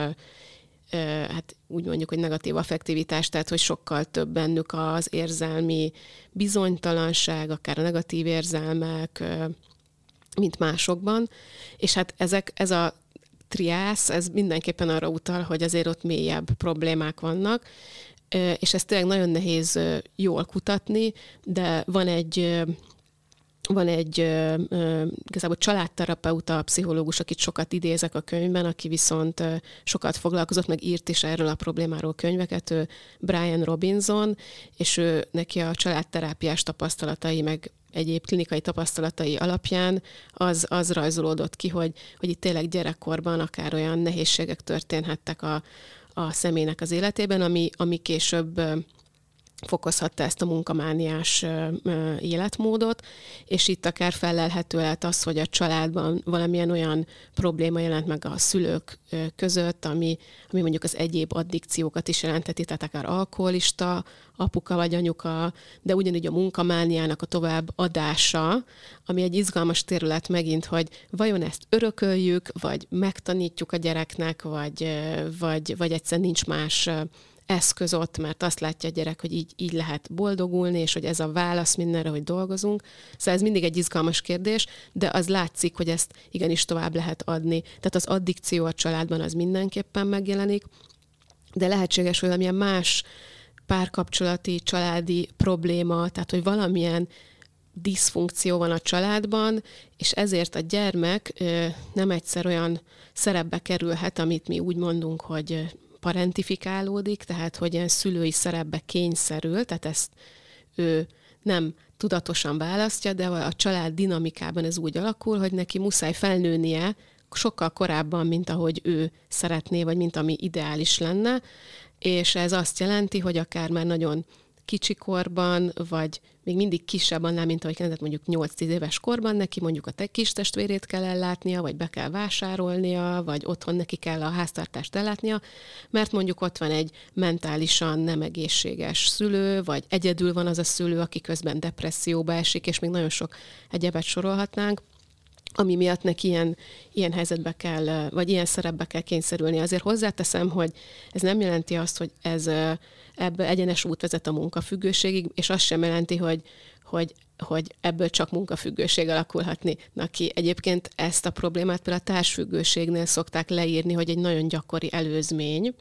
hát úgy mondjuk, hogy negatív affektivitás, tehát hogy sokkal több bennük az érzelmi bizonytalanság, akár a negatív érzelmek, mint másokban. És hát ezek, ez a triász, ez mindenképpen arra utal, hogy azért ott mélyebb problémák vannak, és ezt tényleg nagyon nehéz jól kutatni, de van egy Van egy uh, uh, igazából családterapeuta, pszichológus, akit sokat idézek a könyvben, aki viszont uh, sokat foglalkozott, meg írt is erről a problémáról könyveket, ő Brian Robinson, és ő neki a családterápiás tapasztalatai, meg egyéb klinikai tapasztalatai alapján az, az rajzolódott ki, hogy, hogy itt tényleg gyerekkorban akár olyan nehézségek történhettek a, a személynek az életében, ami, ami később uh, fokozhatta ezt a munkamániás életmódot, és itt akár felelhető lehet az, hogy a családban valamilyen olyan probléma jelent meg a szülők között, ami, ami mondjuk az egyéb addikciókat is jelentheti, tehát akár alkoholista apuka vagy anyuka, de ugyanígy a munkamániának a tovább adása, ami egy izgalmas terület megint, hogy vajon ezt örököljük, vagy megtanítjuk a gyereknek, vagy, vagy, vagy egyszerűen nincs más eszköz ott, mert azt látja a gyerek, hogy így, így lehet boldogulni, és hogy ez a válasz mindenre, hogy dolgozunk. Szóval ez mindig egy izgalmas kérdés, de az látszik, hogy ezt igenis tovább lehet adni. Tehát az addikció a családban az mindenképpen megjelenik, de lehetséges, hogy valamilyen más párkapcsolati, családi probléma, tehát hogy valamilyen diszfunkció van a családban, és ezért a gyermek nem egyszer olyan szerepbe kerülhet, amit mi úgy mondunk, hogy parentifikálódik, tehát hogy ilyen szülői szerepbe kényszerül, tehát ezt ő nem tudatosan választja, de a család dinamikában ez úgy alakul, hogy neki muszáj felnőnie sokkal korábban, mint ahogy ő szeretné, vagy mint ami ideális lenne, és ez azt jelenti, hogy akár már nagyon kicsikorban, vagy még mindig kisebb annál, mint ahogy kezdett mondjuk nyolc-tíz éves korban, neki mondjuk a te kis testvérét kell ellátnia, vagy be kell vásárolnia, vagy otthon neki kell a háztartást ellátnia, mert mondjuk ott van egy mentálisan nem egészséges szülő, vagy egyedül van az a szülő, aki közben depresszióba esik, és még nagyon sok egyebet sorolhatnánk, ami miatt neki ilyen, ilyen helyzetbe kell, vagy ilyen szerepbe kell kényszerülni. Azért hozzáteszem, hogy ez nem jelenti azt, hogy ez ebből egyenes út vezet a munkafüggőségig, és azt sem jelenti, hogy, hogy, hogy ebből csak munkafüggőség alakulhatni ki. Egyébként ezt a problémát például a társfüggőségnél szokták leírni, hogy egy nagyon gyakori előzmény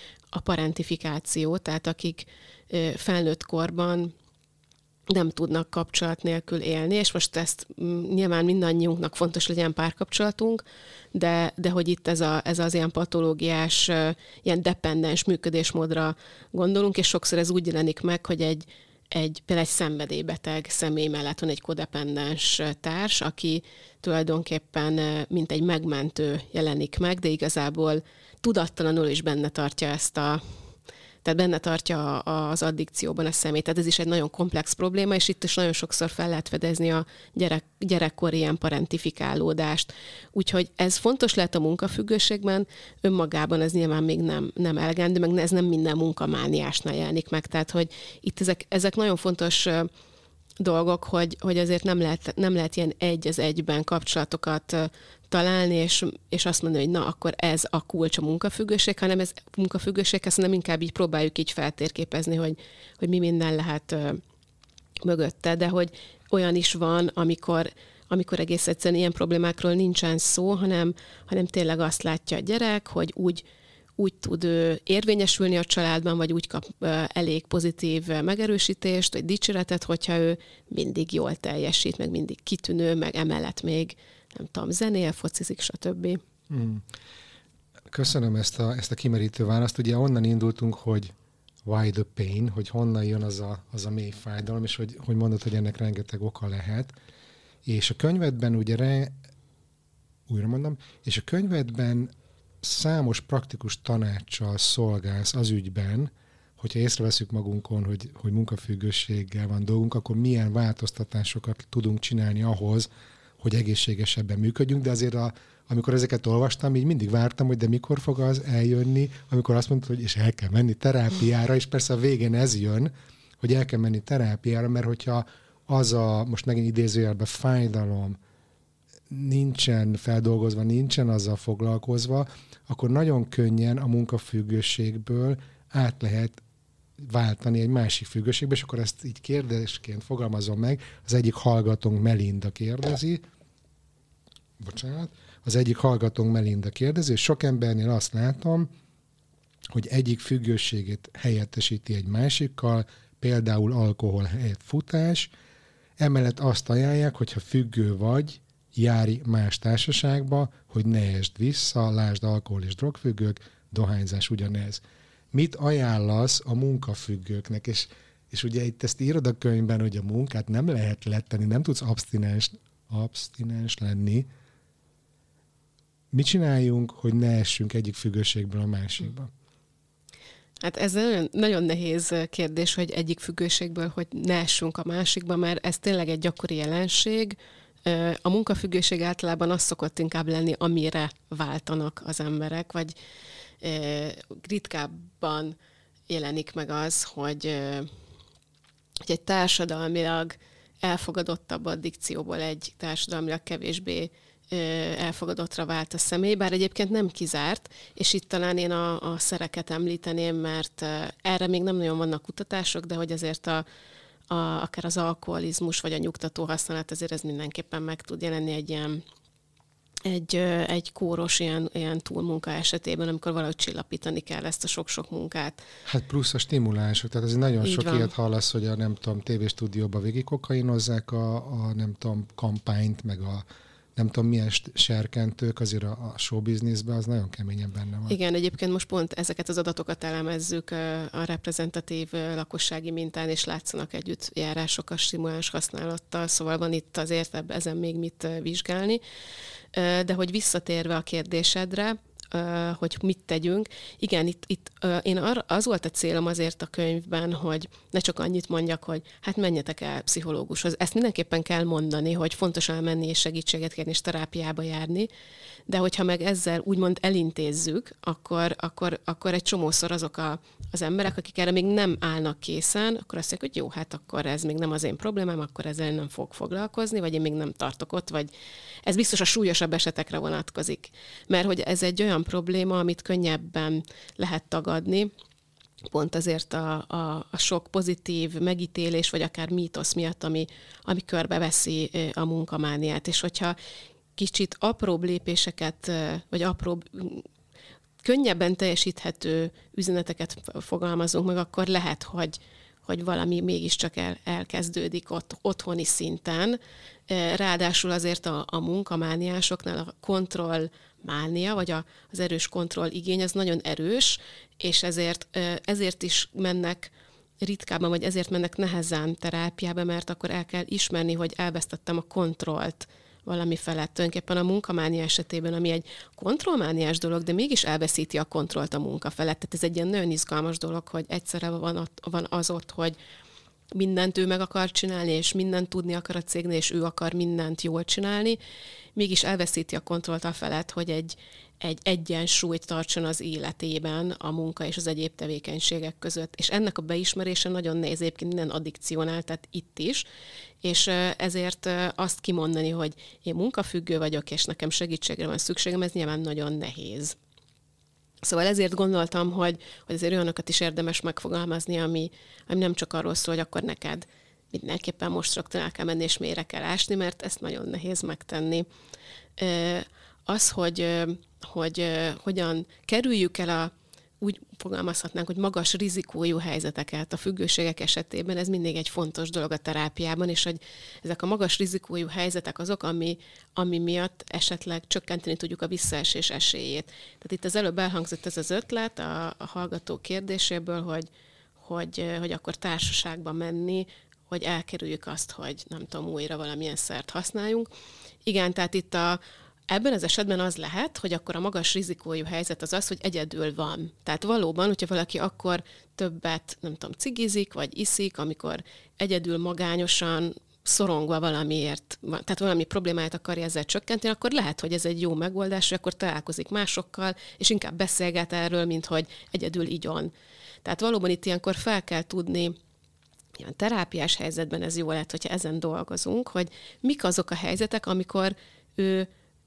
a parentifikáció, tehát akik felnőtt korban nem tudnak kapcsolat nélkül élni, és most ezt nyilván mindannyiunknak fontos legyen párkapcsolatunk, de, de hogy itt ez, a, ez az ilyen patológiás, ilyen dependens működésmódra gondolunk, és sokszor ez úgy jelenik meg, hogy egy, egy például egy szenvedélybeteg személy mellett van egy kodependens társ, aki tulajdonképpen mint egy megmentő jelenik meg, de igazából tudattalanul is benne tartja ezt a tehát benne tartja az addikcióban a személy. Tehát ez is egy nagyon komplex probléma, és itt is nagyon sokszor fel lehet fedezni a gyerek, gyerekkori ilyen parentifikálódást. Úgyhogy ez fontos lehet a munkafüggőségben, önmagában ez nyilván még nem, nem elegendő, meg ez nem minden munkamániásnál jelenik meg. Tehát, hogy itt ezek, ezek nagyon fontos dolgok, hogy, hogy azért nem lehet, nem lehet ilyen egy az egyben kapcsolatokat találni, és, és azt mondani, hogy na, akkor ez a kulcs a munkafüggőség, hanem ez munkafüggőség, ezt nem inkább így próbáljuk így feltérképezni, hogy, hogy mi minden lehet ö, mögötte, de hogy olyan is van, amikor, amikor egész egyszerűen ilyen problémákról nincsen szó, hanem, hanem tényleg azt látja a gyerek, hogy úgy, úgy tud ő érvényesülni a családban, vagy úgy kap ö, elég pozitív megerősítést, vagy dicséretet, hogyha ő mindig jól teljesít, meg mindig kitűnő, meg emellett még nem tudom, zenél, focizik, stb. Mm. Köszönöm ezt a, ezt a kimerítő választ. Ugye onnan indultunk, hogy why the pain, hogy honnan jön az a, az a mély fájdalom, és hogy, hogy mondod, hogy ennek rengeteg oka lehet. És a könyvedben ugye, re, újra mondom, és a könyvedben számos praktikus tanácssal szolgálsz az ügyben, hogyha észreveszünk magunkon, hogy, hogy munkafüggőséggel van dolgunk, akkor milyen változtatásokat tudunk csinálni ahhoz, hogy egészségesebben működjünk, de azért a, amikor ezeket olvastam, így mindig vártam, hogy de mikor fog az eljönni, amikor azt mondtad, hogy és el kell menni terápiára, és persze a végén ez jön, hogy el kell menni terápiára, mert hogyha az a, most megint idézőjelben fájdalom nincsen feldolgozva, nincsen azzal foglalkozva, akkor nagyon könnyen a munkafüggőségből át lehet váltani egy másik függőségbe, és akkor ezt így kérdésként fogalmazom meg. Az egyik hallgatónk Melinda kérdezi, bocsánat, az egyik hallgatónk Melinda kérdezi, és sok embernél azt látom, hogy egyik függőségét helyettesíti egy másikkal, például alkohol helyett futás, emellett azt ajánlják, hogyha függő vagy, járj más társaságba, hogy ne esd vissza, lásd alkohol és drogfüggők, dohányzás ugyanez. Mit ajánlasz a munkafüggőknek? És, és ugye itt ezt írod a könyvben, hogy a munkát nem lehet letenni, nem tudsz abstinens, abstinens lenni. Mit csináljunk, hogy ne essünk egyik függőségből a másikba? Hát ez nagyon, nagyon nehéz kérdés, hogy egyik függőségből, hogy ne essünk a másikba, mert ez tényleg egy gyakori jelenség. A munkafüggőség általában az szokott inkább lenni, amire váltanak az emberek, vagy ritkábban jelenik meg az, hogy, hogy egy társadalmilag elfogadottabb addikcióból egy társadalmilag kevésbé elfogadottra vált a személy, bár egyébként nem kizárt, és itt talán én a, a szereket említeném, mert erre még nem nagyon vannak kutatások, de hogy azért a, a, akár az alkoholizmus vagy a nyugtató használat, azért ez mindenképpen meg tud jelenni egy ilyen egy, egy kóros ilyen, ilyen túlmunka esetében, amikor valahogy csillapítani kell ezt a sok-sok munkát. Hát plusz a stimulások, tehát ez nagyon Így sok van. ilyet hallasz, hogy a nem tudom, tévéstúdióban végig kokainozzák a, a nem tudom, kampányt, meg a nem tudom milyen serkentők, azért a, a showbizniszben az nagyon keményen benne van. Igen, egyébként most pont ezeket az adatokat elemezzük a reprezentatív lakossági mintán, és látszanak együtt járások a stimuláns használattal, szóval van itt azért ezen még mit vizsgálni. De hogy visszatérve a kérdésedre, hogy mit tegyünk. Igen, itt, itt én arra, az volt a célom azért a könyvben, hogy ne csak annyit mondjak, hogy hát menjetek el pszichológushoz. Ezt mindenképpen kell mondani, hogy fontos elmenni és segítséget kérni és terápiába járni, de hogyha meg ezzel úgymond elintézzük, akkor, akkor, akkor egy csomószor azok a, az emberek, akik erre még nem állnak készen, akkor azt mondják, hogy jó, hát akkor ez még nem az én problémám, akkor ezzel nem fog foglalkozni, vagy én még nem tartok ott, vagy ez biztos a súlyosabb esetekre vonatkozik. Mert hogy ez egy olyan probléma, amit könnyebben lehet tagadni, pont azért a, a, a sok pozitív megítélés, vagy akár mítosz miatt, ami, ami körbeveszi a munkamániát. És hogyha kicsit apróbb lépéseket, vagy apróbb, könnyebben teljesíthető üzeneteket fogalmazunk meg, akkor lehet, hogy, hogy valami mégiscsak el, elkezdődik ott, otthoni szinten. Ráadásul azért a, a munkamániásoknál a kontrollmánia, vagy a, az erős kontrolligény, az nagyon erős, és ezért, ezért is mennek ritkábban, vagy ezért mennek nehezen terápiába, mert akkor el kell ismerni, hogy elvesztettem a kontrollt valami felett. Tulajdonképpen a munkamánia esetében, ami egy kontrollmániás dolog, de mégis elveszíti a kontrollt a munka felett. Tehát ez egy ilyen nagyon izgalmas dolog, hogy egyszerre van, ott, van az ott, hogy mindent ő meg akar csinálni, és mindent tudni akar a cégnél, és ő akar mindent jól csinálni, mégis elveszíti a kontrollt a felett, hogy egy, egy egyensúlyt tartson az életében a munka és az egyéb tevékenységek között. És ennek a beismerése nagyon nehéz egyébként minden addikciónál, tehát itt is, és ezért azt kimondani, hogy én munkafüggő vagyok, és nekem segítségre van szükségem, ez nyilván nagyon nehéz. Szóval ezért gondoltam, hogy, hogy azért olyanokat is érdemes megfogalmazni, ami, ami nem csak arról szól, hogy akkor neked mindenképpen most rögtön el kell menni, és mélyre kell ásni, mert ezt nagyon nehéz megtenni. Az, hogy, hogy hogyan kerüljük el a, úgy fogalmazhatnánk, hogy magas rizikójú helyzeteket a függőségek esetében, ez mindig egy fontos dolog a terápiában, és hogy ezek a magas rizikójú helyzetek azok, ami, ami miatt esetleg csökkenteni tudjuk a visszaesés esélyét. Tehát itt az előbb elhangzott ez az ötlet a, a hallgató kérdéséből, hogy, hogy, hogy akkor társaságba menni, hogy elkerüljük azt, hogy nem tudom, újra valamilyen szert használjunk. Igen, tehát itt a Ebben az esetben az lehet, hogy akkor a magas rizikójú helyzet az az, hogy egyedül van. Tehát valóban, hogyha valaki akkor többet, nem tudom, cigizik, vagy iszik, amikor egyedül magányosan, szorongva valamiért, tehát valami problémáját akarja ezzel csökkenteni, akkor lehet, hogy ez egy jó megoldás, hogy akkor találkozik másokkal, és inkább beszélget erről, mint hogy egyedül igyon. Tehát valóban itt ilyenkor fel kell tudni, ilyen terápiás helyzetben ez jó lehet, hogyha ezen dolgozunk, hogy mik azok a helyzetek, amikor ő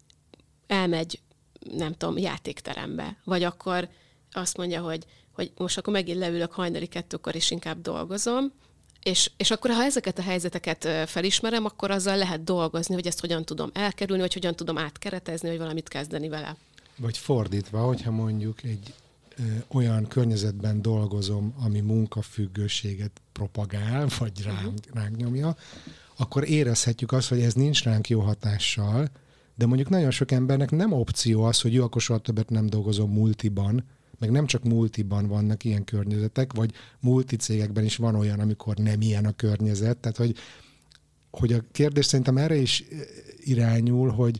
elmegy, nem tudom, játékterembe, vagy akkor azt mondja, hogy, hogy most akkor megint leülök hajnali kettőkor, és inkább dolgozom, és, és akkor, ha ezeket a helyzeteket felismerem, akkor azzal lehet dolgozni, hogy ezt hogyan tudom elkerülni, vagy hogyan tudom átkeretezni, hogy valamit kezdeni vele. Vagy fordítva, hogyha mondjuk egy ö, olyan környezetben dolgozom, ami munkafüggőséget propagál, vagy ránk, uh-huh. ránk nyomja, akkor érezhetjük azt, hogy ez nincs ránk jó hatással, de mondjuk nagyon sok embernek nem opció az, hogy jó, akkor soha többet nem dolgozom multiban, meg nem csak multiban vannak ilyen környezetek, vagy multicégekben is van olyan, amikor nem ilyen a környezet. Tehát, hogy, hogy a kérdés szerintem erre is irányul, hogy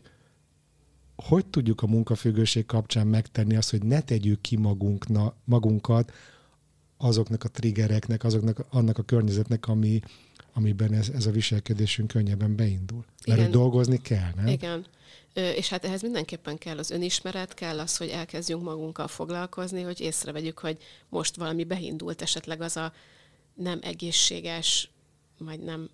hogy tudjuk a munkafüggőség kapcsán megtenni azt, hogy ne tegyük ki magunkna, magunkat azoknak a triggereknek, azoknak, annak a környezetnek, ami, amiben ez, ez a viselkedésünk könnyebben beindul. Mert hogy dolgozni kell, nem? Igen. És hát ehhez mindenképpen kell az önismeret, kell az, hogy elkezdjünk magunkkal foglalkozni, hogy észrevegyük, hogy most valami beindult, esetleg az a nem egészséges, vagy nem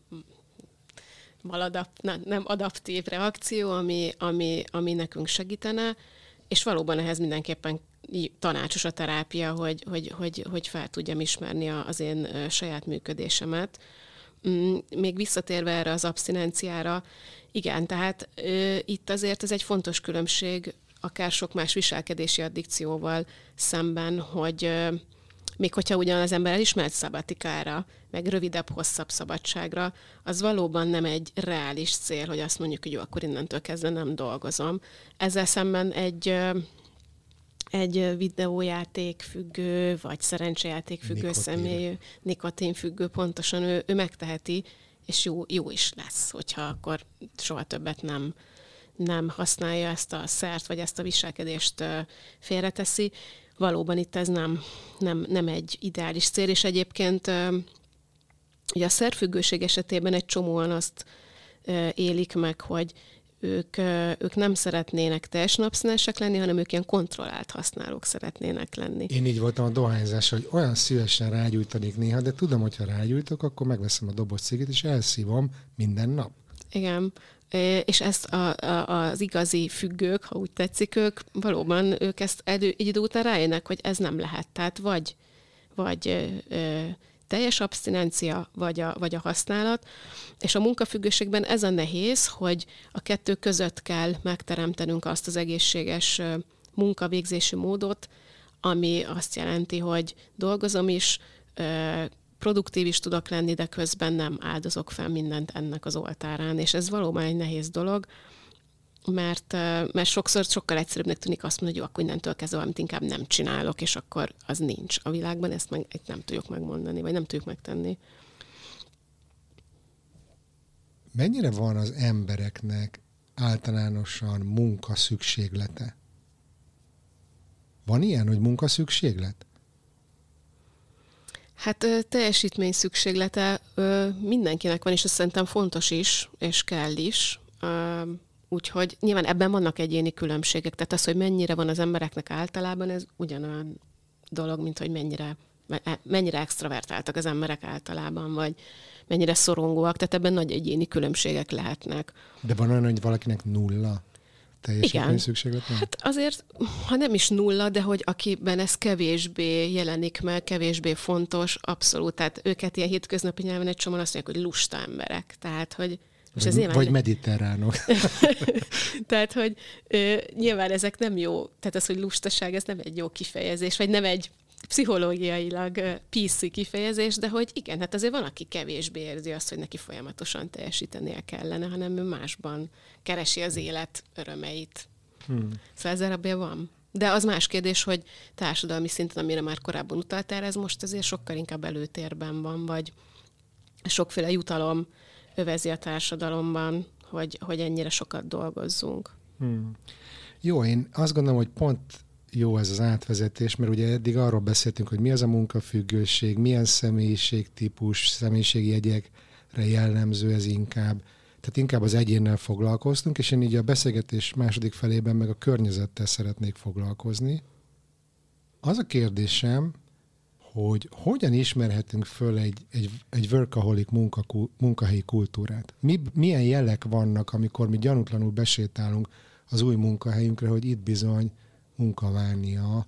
maladap, nem adaptív reakció, ami, ami, ami nekünk segítene, és valóban ehhez mindenképpen tanácsos a terápia, hogy, hogy, hogy, hogy fel tudjam ismerni az én saját működésemet. még visszatérve erre az abszinenciára, igen, tehát ö, itt azért ez egy fontos különbség, akár sok más viselkedési addikcióval szemben, hogy ö, még hogyha ugyan az ember elismert szabatikára, meg rövidebb, hosszabb szabadságra, az valóban nem egy reális cél, hogy azt mondjuk, hogy jó, akkor innentől kezdve nem dolgozom. Ezzel szemben egy, ö, egy videójáték függő, vagy szerencsejáték függő Nikotin. személy, nikotin függő, pontosan ő, ő megteheti, és jó, jó is lesz, hogyha akkor soha többet nem, nem használja ezt a szert, vagy ezt a viselkedést félreteszi. Valóban itt ez nem, nem, nem egy ideális cél, és egyébként ugye a szerfüggőség esetében egy csomóan azt élik meg, hogy ők, ők nem szeretnének teljesen abszinensek lenni, hanem ők ilyen kontrollált használók szeretnének lenni. Én így voltam a dohányzás, hogy olyan szívesen rágyújtanék néha, de tudom, hogyha rágyújtok, akkor megveszem a doboz cigit, és elszívom minden nap. Igen, és ezt a, a, az igazi függők, ha úgy tetszik, ők valóban ők ezt egy idő után rájönnek, hogy ez nem lehet. Tehát vagy, vagy ö, teljes abszinencia, vagy a, vagy a használat. És a munkafüggőségben ez a nehéz, hogy a kettő között kell megteremtenünk azt az egészséges munkavégzési módot, ami azt jelenti, hogy dolgozom is, ö, produktív is tudok lenni, de közben nem áldozok fel mindent ennek az oltárán. És ez valóban egy nehéz dolog, mert, mert sokszor sokkal egyszerűbbnek tűnik azt mondani, hogy jó, akkor innentől kezdve valamit inkább nem csinálok, és akkor az nincs a világban, ezt meg, nem tudjuk megmondani, vagy nem tudjuk megtenni. Mennyire van az embereknek általánosan munkaszükséglete? Van ilyen, hogy munkaszükséglet? Hát teljesítmény szükséglete mindenkinek van, és ez szerintem fontos is, és kell is. Úgyhogy nyilván ebben vannak egyéni különbségek. Tehát az, hogy mennyire van az embereknek általában, ez ugyanolyan dolog, mint hogy mennyire, mennyire extravertáltak az emberek általában, vagy mennyire szorongóak. Tehát ebben nagy egyéni különbségek lehetnek. De van olyan, hogy valakinek nulla teljesítmény szükséglet? Hát azért, ha nem is nulla, de hogy akiben ez kevésbé jelenik meg, kevésbé fontos, abszolút. Tehát őket ilyen hétköznapi nyelven egy csomóan azt mondják, hogy lusta emberek. Tehát, hogy Vagy, ez nyilván... vagy mediterránok. Tehát, hogy ö, nyilván ezek nem jó, tehát az, hogy lustaság, ez nem egy jó kifejezés, vagy nem egy pszichológiailag ö, pé cé kifejezés, de hogy igen, hát azért van, aki kevésbé érzi azt, hogy neki folyamatosan teljesítenie kellene, hanem ő másban keresi az élet örömeit. Hmm. Szóval ezzel abban van. De az más kérdés, hogy társadalmi szinten, amire már korábban utaltál, ez most azért sokkal inkább előtérben van, vagy sokféle jutalom övezi a társadalomban, hogy, hogy ennyire sokat dolgozzunk. Hmm. Jó, én azt gondolom, hogy pont jó ez az átvezetés, mert ugye eddig arról beszéltünk, hogy mi az a munkafüggőség, milyen személyiségtípus, személyiségjegyekre jellemző ez inkább. Tehát inkább az egyénnel foglalkoztunk, és én így a beszélgetés második felében meg a környezettel szeretnék foglalkozni. Az a kérdésem, hogy hogyan ismerhetünk föl egy, egy, egy workaholic munka, munkahelyi kultúrát. Mi, milyen jelek vannak, amikor mi gyanútlanul besétálunk az új munkahelyünkre, hogy itt bizony munkavánia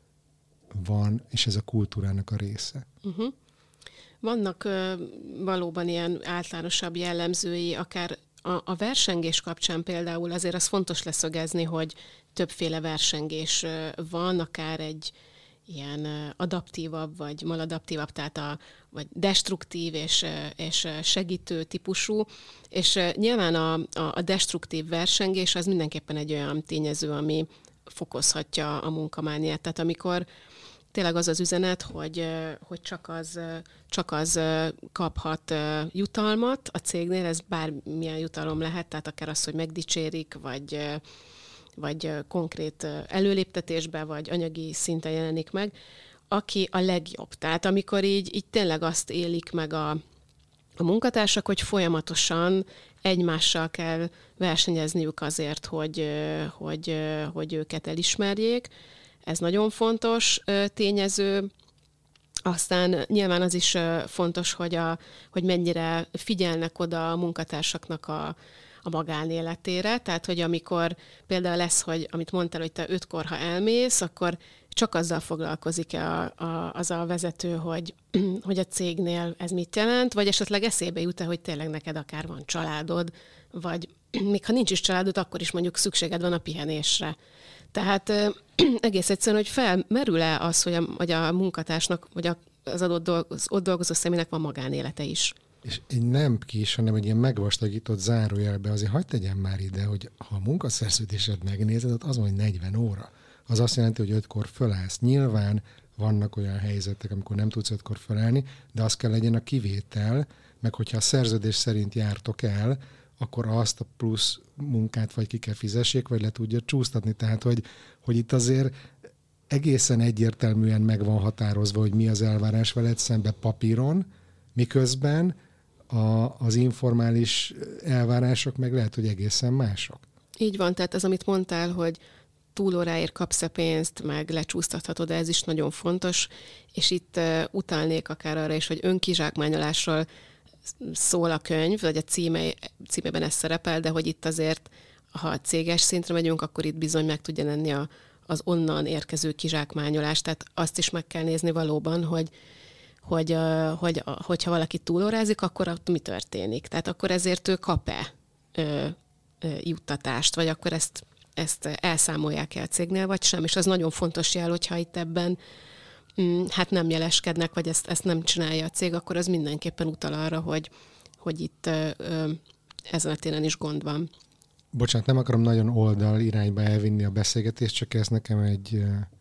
van, és ez a kultúrának a része. Uh-huh. Vannak uh, valóban ilyen általánosabb jellemzői, akár a, a versengés kapcsán például azért az fontos leszögezni, hogy többféle versengés uh, van, akár egy ilyen adaptívabb, vagy maladaptívabb, tehát a, vagy destruktív és, és segítő típusú, és nyilván a, a destruktív versengés az mindenképpen egy olyan tényező, ami fokozhatja a munkamániát. Tehát amikor tényleg az az üzenet, hogy, hogy csak, az, csak az kaphat jutalmat a cégnél, ez bármilyen jutalom lehet, tehát akár az, hogy megdicsérik, vagy vagy konkrét előléptetésben, vagy anyagi szinten jelenik meg, aki a legjobb. Tehát amikor így, így tényleg azt élik meg a, a munkatársak, hogy folyamatosan egymással kell versenyezniük azért, hogy, hogy, hogy őket elismerjék. Ez nagyon fontos tényező. Aztán nyilván az is fontos, hogy, a, hogy mennyire figyelnek oda a munkatársaknak a a magánéletére, tehát hogy amikor például lesz, hogy amit mondtál, hogy te ötkor, ha elmész, akkor csak azzal foglalkozik-e a, a, az a vezető, hogy, hogy a cégnél ez mit jelent, vagy esetleg eszébe jut-e, hogy tényleg neked akár van családod, vagy még ha nincs is családod, akkor is mondjuk szükséged van a pihenésre. Tehát egész egyszerűen, hogy felmerül-e az, hogy a, hogy a munkatársnak, vagy az adott dolg, az ott dolgozó személynek van magánélete is. És egy nem kis, hanem egy ilyen megvastagított zárójelbe azért hagyd tegyen már ide, hogy ha a munkaszerződésed megnézed, az van, hogy negyven óra. Az azt jelenti, hogy ötkor fölállsz. Nyilván vannak olyan helyzetek, amikor nem tudsz ötkor fölállni, de az kell legyen a kivétel, meg hogyha a szerződés szerint jártok el, akkor azt a plusz munkát vagy ki kell fizessék, vagy le tudja csúsztatni. Tehát, hogy, hogy itt azért egészen egyértelműen meg van határozva, hogy mi az elvárás veled szembe papíron, miközben a, az informális elvárások meg lehet, hogy egészen mások. Így van, tehát az, amit mondtál, hogy túlóráért kapsz-e pénzt, meg lecsúsztathatod, de ez is nagyon fontos, és itt uh, utalnék akár arra is, hogy önkizsákmányolásról szól a könyv, vagy a címe, címében ez szerepel, de hogy itt azért, ha a céges szintre megyünk, akkor itt bizony meg tudja lenni a, az onnan érkező kizsákmányolás, tehát azt is meg kell nézni valóban, hogy hogy, uh, hogy uh, hogyha valaki túlórázik, akkor ott mi történik. Tehát akkor ezért ő kap-e ö, ö, juttatást, vagy akkor ezt, ezt elszámolják el a cégnél, vagy sem. És az nagyon fontos jel, hogyha itt ebben mm, hát nem jeleskednek, vagy ezt, ezt nem csinálja a cég, akkor az mindenképpen utal arra, hogy, hogy itt ö, ö, ezen a téren is gond van. Bocsánat, nem akarom nagyon oldal irányba elvinni a beszélgetést, csak ez nekem egy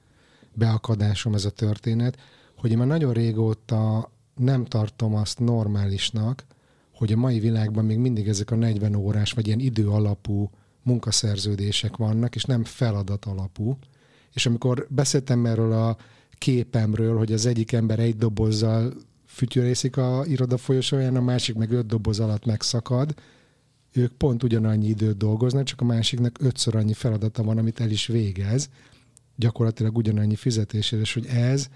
beakadásom ez a történet, hogy én már nagyon régóta nem tartom azt normálisnak, hogy a mai világban még mindig ezek a negyven órás, vagy ilyen idő alapú munkaszerződések vannak, és nem feladat alapú. És amikor beszéltem erről a képemről, hogy az egyik ember egy dobozzal fütyörészik a iroda folyosóján, a másik meg öt doboz alatt megszakad, ők pont ugyanannyi időt dolgoznak, csak a másiknak ötször annyi feladata van, amit el is végez, gyakorlatilag ugyanannyi fizetésére, és hogy ez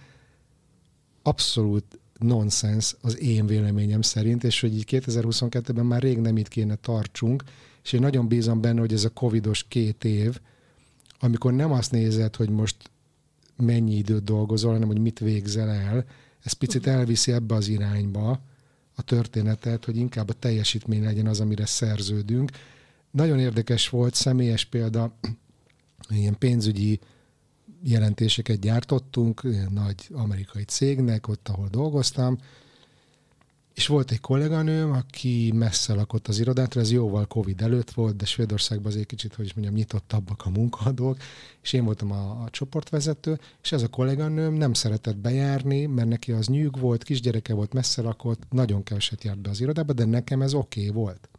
abszolút nonsens az én véleményem szerint, és hogy így kétezer-huszonkettőben már rég nem itt kéne tartsunk, és én nagyon bízom benne, hogy ez a covidos két év, amikor nem azt nézed, hogy most mennyi időt dolgozol, hanem hogy mit végzel el, ez picit elviszi ebbe az irányba a történetet, hogy inkább a teljesítmény legyen az, amire szerződünk. Nagyon érdekes volt, személyes példa, ilyen pénzügyi jelentéseket gyártottunk, nagy amerikai cégnek, ott, ahol dolgoztam, és volt egy kolléganőm, aki messze lakott az irodától, ez jóval Covid előtt volt, de Svédországban azért kicsit, hogy is mondjam, nyitottabbak a munkaadók, és én voltam a, a csoportvezető, és ez a kolléganőm nem szeretett bejárni, mert neki az nyűg volt, kisgyereke volt, messze lakott, nagyon keveset járt be az irodába, de nekem ez oké okay volt.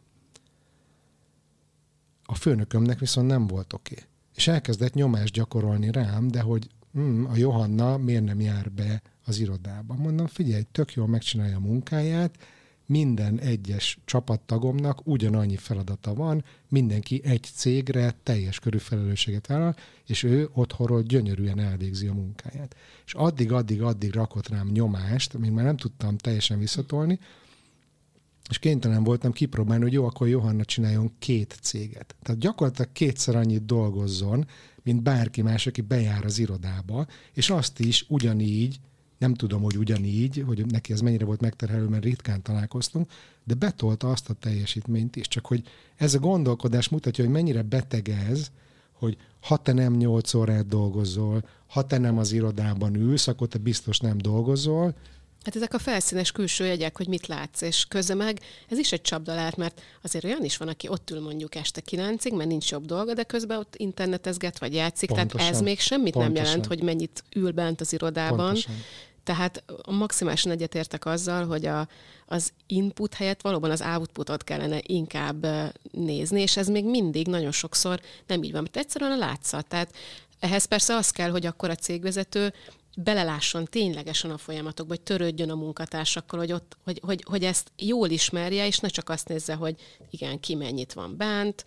A főnökömnek viszont nem volt oké. Okay. És elkezdett nyomást gyakorolni rám, de hogy mm, a Johanna miért nem jár be az irodába. Mondom, figyelj, tök jól megcsinálja a munkáját, minden egyes csapattagomnak ugyanannyi feladata van, mindenki egy cégre teljes körű felelősséget vállal, és ő otthonról gyönyörűen elvégzi a munkáját. És addig-addig-addig rakott rám nyomást, amíg már nem tudtam teljesen visszatolni, és kénytelen voltam kipróbálni, hogy jó, akkor Johanna csináljon két céget. Tehát gyakorlatilag kétszer annyit dolgozzon, mint bárki más, aki bejár az irodába, és azt is ugyanígy, nem tudom, hogy ugyanígy, hogy neki ez mennyire volt megterhelő, mert ritkán találkoztunk, de betolta azt a teljesítményt is. Csak hogy ez a gondolkodás mutatja, hogy mennyire beteg ez, hogy ha te nem nyolc órát dolgozol, ha te nem az irodában ülsz, akkor te biztos nem dolgozol. Hát ezek a felszínes külső jegyek, hogy mit látsz, és közben meg ez is egy csapda lehet, mert azért olyan is van, aki ott ül mondjuk este kilencig, mert nincs jobb dolga, de közben ott internetezget, vagy játszik, pontosan, tehát ez még semmit pontosan nem jelent, hogy mennyit ül bent az irodában. Pontosan. Tehát maximálisan egyetértek azzal, hogy a, az input helyett valóban az outputot kellene inkább nézni, és ez még mindig nagyon sokszor nem így van, mert egyszerűen a látszat. Tehát ehhez persze az kell, hogy akkor a cégvezető belelásson ténylegesen a folyamatokba, hogy törődjön a munkatársakkal, hogy, ott, hogy, hogy, hogy ezt jól ismerje, és ne csak azt nézze, hogy igen, ki mennyit van bent,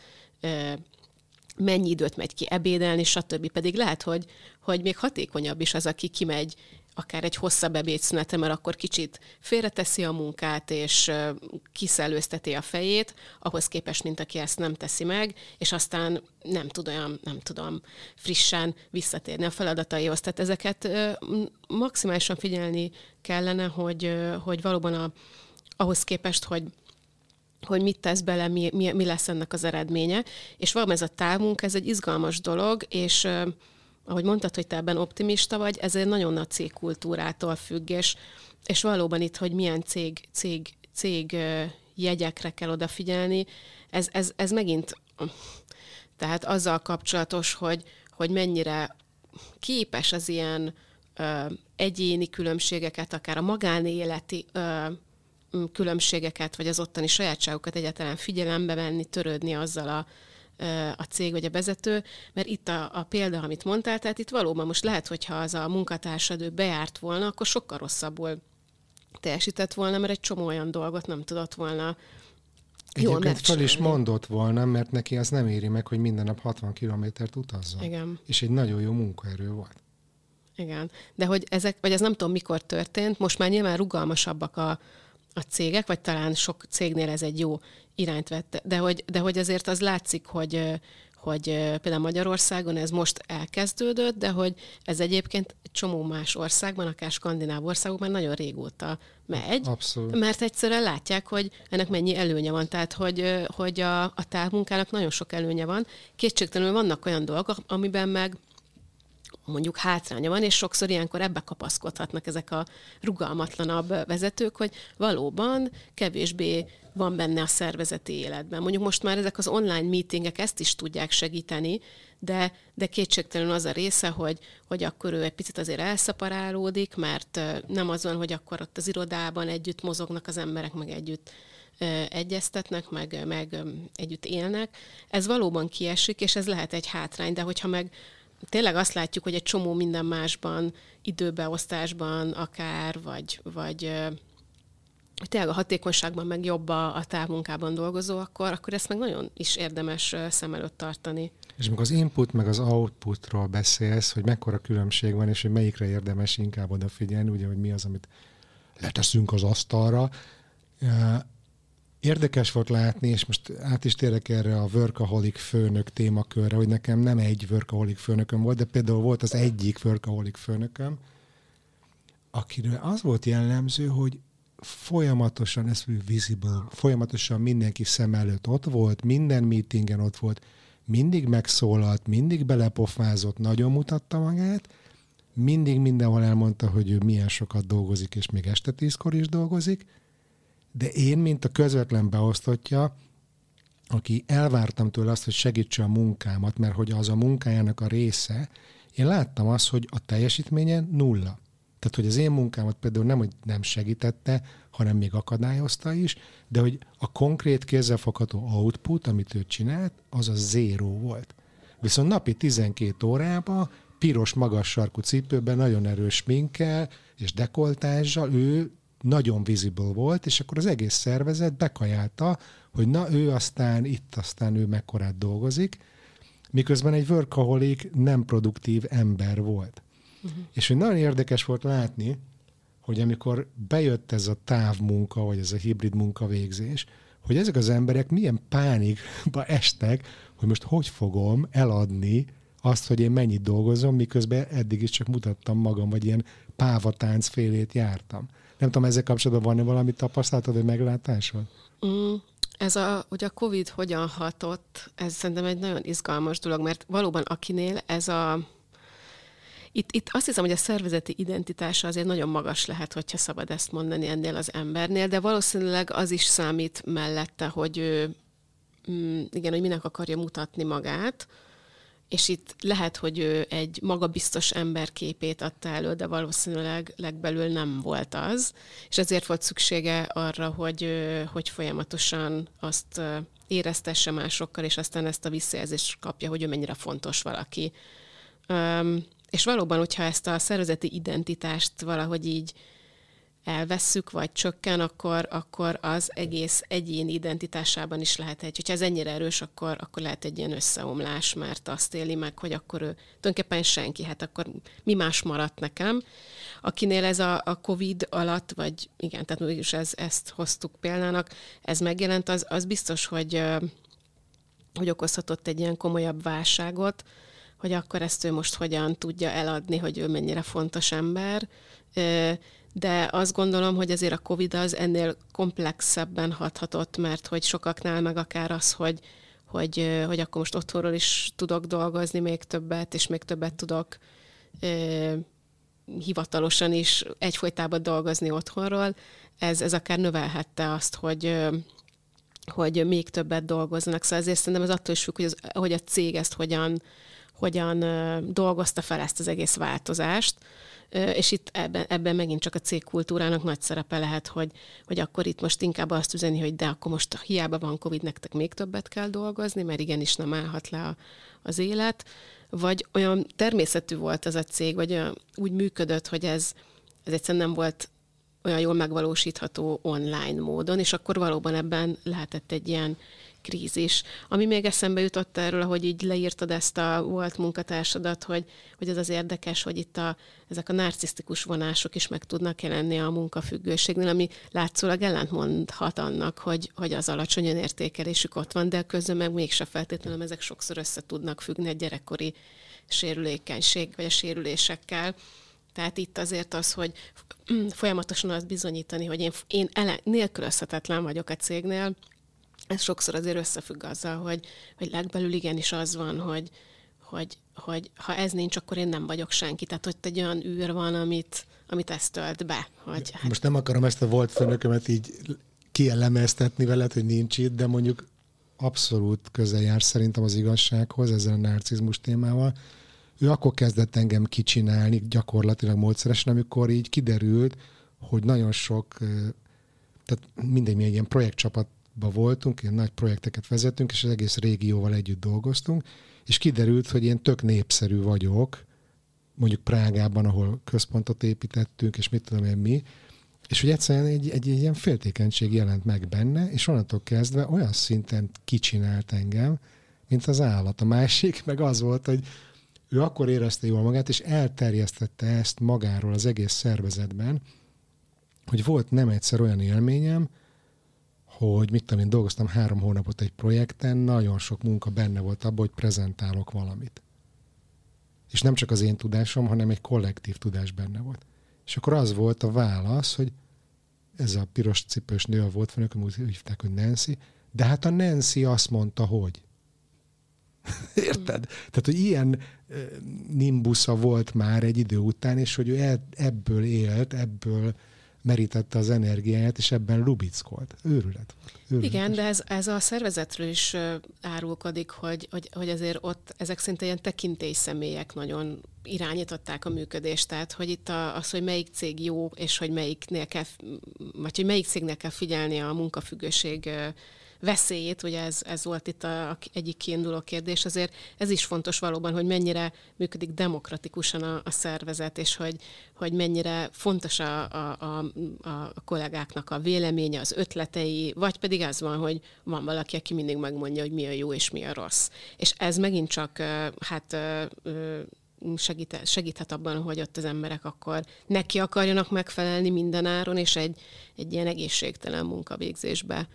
mennyi időt megy ki ebédelni, stb. Pedig lehet, hogy, hogy még hatékonyabb is az, aki kimegy akár egy hosszabb ebédszünetre, mert akkor kicsit félreteszi a munkát, és kiszellőzteti a fejét, ahhoz képest, mint aki ezt nem teszi meg, és aztán nem tud olyan, nem tudom, frissen visszatérni a feladataihoz. Tehát ezeket maximálisan figyelni kellene, hogy, hogy valóban a, ahhoz képest, hogy hogy mit tesz bele, mi, mi, mi lesz ennek az eredménye. És valami ez a távmunka, ez egy izgalmas dolog, és uh, ahogy mondtad, hogy te ebben optimista vagy, ez egy nagyon nagy cégkultúrától függ, és, és valóban itt, hogy milyen cég, cég, cég uh, jegyekre kell odafigyelni, ez, ez, ez megint tehát azzal kapcsolatos, hogy, hogy mennyire képes az ilyen uh, egyéni különbségeket, akár a magánéleti uh, különbségeket, vagy az ottani sajátságokat egyáltalán figyelembe venni, törődni azzal a, a cég vagy a vezető, mert itt a, a példa, amit mondtál, tehát itt valóban most lehet, hogyha az a munkatársad ő bejárt volna, akkor sokkal rosszabbul teljesített volna, mert egy csomó olyan dolgot nem tudott volna jól Egyébként fel is mondott volna, mert neki az nem éri meg, hogy minden nap hatvan kilométert utazzon. Igen. És egy nagyon jó munkaerő volt. Igen. De hogy ezek, vagy ez nem tudom mikor történt, most már nyilván rugalmasabbak a a cégek, vagy talán sok cégnél ez egy jó irányt vett, de hogy, de hogy azért az látszik, hogy, hogy például Magyarországon ez most elkezdődött, de hogy ez egyébként egy csomó más országban, akár skandináv országokban nagyon régóta megy. Abszolút. Mert egyszerűen látják, hogy ennek mennyi előnye van. Tehát, hogy, hogy a, a távmunkának nagyon sok előnye van. Kétségtelenül vannak olyan dolgok, amiben meg mondjuk hátránya van, és sokszor ilyenkor ebbe kapaszkodhatnak ezek a rugalmatlanabb vezetők, hogy valóban kevésbé van benne a szervezeti életben. Mondjuk most már ezek az online meetingek ezt is tudják segíteni, de, de kétségtelenül az a része, hogy, hogy akkor ő egy picit azért elszaparálódik, mert nem az van, hogy akkor ott az irodában együtt mozognak az emberek, meg együtt egyeztetnek, meg, meg együtt élnek. Ez valóban kiesik, és ez lehet egy hátrány, de hogyha meg tényleg azt látjuk, hogy egy csomó minden másban, időbeosztásban akár, vagy, vagy tényleg a hatékonyságban meg jobb a, a távmunkában dolgozó, akkor, akkor ezt meg nagyon is érdemes szem előtt tartani. És amikor az input meg az outputról beszélsz, hogy mekkora különbség van, és hogy melyikre érdemes inkább odafigyelni, ugye, hogy mi az, amit leteszünk az asztalra. Érdekes volt látni, és most át is térek erre a workaholic főnök témakörre, hogy nekem nem egy workaholic főnököm volt, de például volt az egyik workaholic főnököm, akiről az volt jellemző, hogy folyamatosan, ez visible, folyamatosan mindenki szem előtt ott volt, minden meetingen ott volt, mindig megszólalt, mindig belepofázott, nagyon mutatta magát, mindig mindenhol elmondta, hogy ő milyen sokat dolgozik, és még este tízkor is dolgozik, de én, mint a közvetlen beosztottja, aki elvártam tőle azt, hogy segítse a munkámat, mert hogy az a munkájának a része, én láttam azt, hogy a teljesítménye nulla. Tehát, hogy az én munkámat például nem, hogy nem segítette, hanem még akadályozta is, de hogy a konkrét kézzelfogható output, amit ő csinált, az a zéró volt. Viszont napi tizenkét órában piros magas sarkú cipőben, nagyon erős sminkkel és dekoltázsal ő nagyon visible volt, és akkor az egész szervezet bekajálta, hogy na ő aztán itt aztán ő mekkorát dolgozik, miközben egy workaholic nem produktív ember volt. Uh-huh. És hogy nagyon érdekes volt látni, hogy amikor bejött ez a távmunka, vagy ez a hibrid munkavégzés, hogy ezek az emberek milyen pánikba estek, hogy most hogy fogom eladni azt, hogy én mennyit dolgozom, miközben eddig is csak mutattam magam, vagy ilyen pávatánc félét jártam. Nem tudom, ezzel kapcsolatban van-e valami tapasztalatod, vagy meglátásod? Mm, ez a, hogy a Covid hogyan hatott, ez szerintem egy nagyon izgalmas dolog, mert valóban akinél ez a... Itt, itt azt hiszem, hogy a szervezeti identitása azért nagyon magas lehet, hogyha szabad ezt mondani ennél az embernél, de valószínűleg az is számít mellette, hogy ő, mm, igen, hogy minek akarja mutatni magát, és itt lehet, hogy ő egy magabiztos ember képét adta elő, de valószínűleg legbelül nem volt az, és ezért volt szüksége arra, hogy, hogy folyamatosan azt éreztesse másokkal, és aztán ezt a visszajelzést kapja, hogy ő mennyire fontos valaki. És valóban, hogyha ezt a szervezeti identitást valahogy így elvesszük, vagy csökken, akkor, akkor az egész egyéni identitásában is lehet egy, hogyha ez ennyire erős, akkor, akkor lehet egy ilyen összeomlás, mert azt éli meg, hogy akkor ő tulajdonképpen senki, hát akkor mi más maradt nekem. Akinél ez a, a Covid alatt, vagy igen, tehát mégis ez, ezt hoztuk példának, ez megjelent, az, az biztos, hogy, hogy okozhatott egy ilyen komolyabb válságot, hogy akkor ezt ő most hogyan tudja eladni, hogy ő mennyire fontos ember, de azt gondolom, hogy azért a Covid az ennél komplexebben hathatott, mert hogy sokaknál meg akár az, hogy, hogy, hogy akkor most otthonról is tudok dolgozni még többet, és még többet tudok eh, hivatalosan is egyfolytában dolgozni otthonról, ez, ez akár növelhette azt, hogy, hogy még többet dolgoznak. Szóval ezért szerintem ez attól is függ, hogy, az, hogy a cég ezt hogyan, hogyan dolgozta fel ezt az egész változást, és itt ebben, ebben megint csak a cégkultúrának nagy szerepe lehet, hogy, hogy akkor itt most inkább azt üzeni, hogy de akkor most hiába van Covid, nektek még többet kell dolgozni, mert igenis nem állhat le a, az élet, vagy olyan természetű volt az a cég, vagy olyan, úgy működött, hogy ez, ez egyszerűen nem volt olyan jól megvalósítható online módon, és akkor valóban ebben lehetett egy ilyen krízis. Ami még eszembe jutott erről, ahogy így leírtad ezt a volt munkatársadat, hogy, hogy ez az érdekes, hogy itt a, ezek a narcisztikus vonások is meg tudnak jelenni a munkafüggőségnél, ami látszólag ellentmondhat annak, hogy, hogy az alacsony önértékelésük ott van, de közben meg mégse feltétlenül ezek sokszor össze tudnak függni a gyerekkori sérülékenység vagy a sérülésekkel. Tehát itt azért az, hogy folyamatosan azt bizonyítani, hogy én, én ele, nélkülözhetetlen vagyok a cégnél, ez sokszor azért összefügg azzal, hogy, hogy legbelül igenis az van, hogy, hogy, hogy ha ez nincs, akkor én nem vagyok senki. Tehát hogy egy olyan űr van, amit, amit ezt tölt be. Hogy, hát... Most nem akarom ezt a volt főnökömet így kielemeztetni veled, hogy nincs itt, de mondjuk abszolút közel jár szerintem az igazsághoz ezzel a narcizmus témával. Ő akkor kezdett engem kicsinálni gyakorlatilag módszeresen, amikor így kiderült, hogy nagyon sok, tehát mindegy, mi egy ilyen projektcsapatban voltunk, ilyen nagy projekteket vezetünk, és az egész régióval együtt dolgoztunk, és kiderült, hogy én tök népszerű vagyok, mondjuk Prágában, ahol központot építettünk, és mit tudom én mi, és hogy egyszerűen egy, egy, egy ilyen féltékenység jelent meg benne, és onnantól kezdve olyan szinten kicsinált engem, mint az állat. A másik meg az volt, hogy ő akkor érezte jól magát, és elterjesztette ezt magáról az egész szervezetben, hogy volt nem egyszer olyan élményem, hogy mit tudom én, dolgoztam három hónapot egy projekten, nagyon sok munka benne volt abban, hogy prezentálok valamit. És nem csak az én tudásom, hanem egy kollektív tudás benne volt. És akkor az volt a válasz, hogy ez a piros cipős nő, a volt főnököm, úgy hívták, hogy Nancy, de hát a Nancy azt mondta, hogy. Érted? Tehát, hogy ilyen nimbusza volt már egy idő után, és hogy ő ebből élt, ebből merítette az energiáját, és ebben lubickolt. Őrület volt. Őrület. Igen, de ez, ez a szervezetről is árulkodik, hogy, hogy, hogy azért ott ezek szinte ilyen tekintélyszemélyek nagyon irányították a működést. Tehát, hogy itt a, az, hogy melyik cég jó, és hogy melyiknél kell, vagy hogy melyik cégnél kell figyelni a munkafüggőség veszélyét, ugye ez, ez volt itt a, a egyik kiinduló kérdés, azért ez is fontos valóban, hogy mennyire működik demokratikusan a, a szervezet, és hogy, hogy mennyire fontos a, a, a, a kollégáknak a véleménye, az ötletei, vagy pedig az van, hogy van valaki, aki mindig megmondja, hogy mi a jó és mi a rossz. És ez megint csak hát segít, segíthet abban, hogy ott az emberek akkor neki akarjanak megfelelni mindenáron, és egy, egy ilyen egészségtelen munkavégzésbe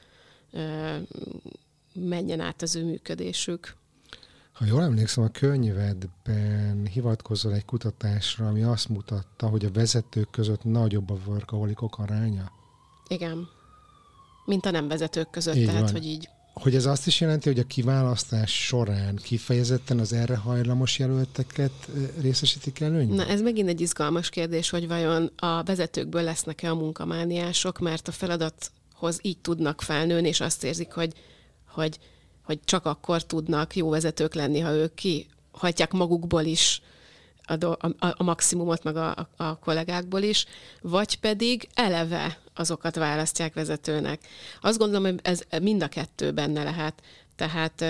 menjen át az ő működésük. Ha jól emlékszem, a könyvedben hivatkozol egy kutatásra, ami azt mutatta, hogy a vezetők között nagyobb a workaholikok aránya. Igen. Mint a nem vezetők között, így tehát, van. hogy így. Hogy ez azt is jelenti, hogy a kiválasztás során kifejezetten az erre hajlamos jelölteket részesítik előnyben? Na, ez megint egy izgalmas kérdés, hogy vajon a vezetőkből lesznek-e a munkamániások, mert a feladat hoz így tudnak felnőni, és azt érzik, hogy, hogy, hogy csak akkor tudnak jó vezetők lenni, ha ők kihagyják magukból is a, do, a, a maximumot, meg a, a, a kollégákból is, vagy pedig eleve azokat választják vezetőnek. Azt gondolom, hogy ez mind a kettő benne lehet. Tehát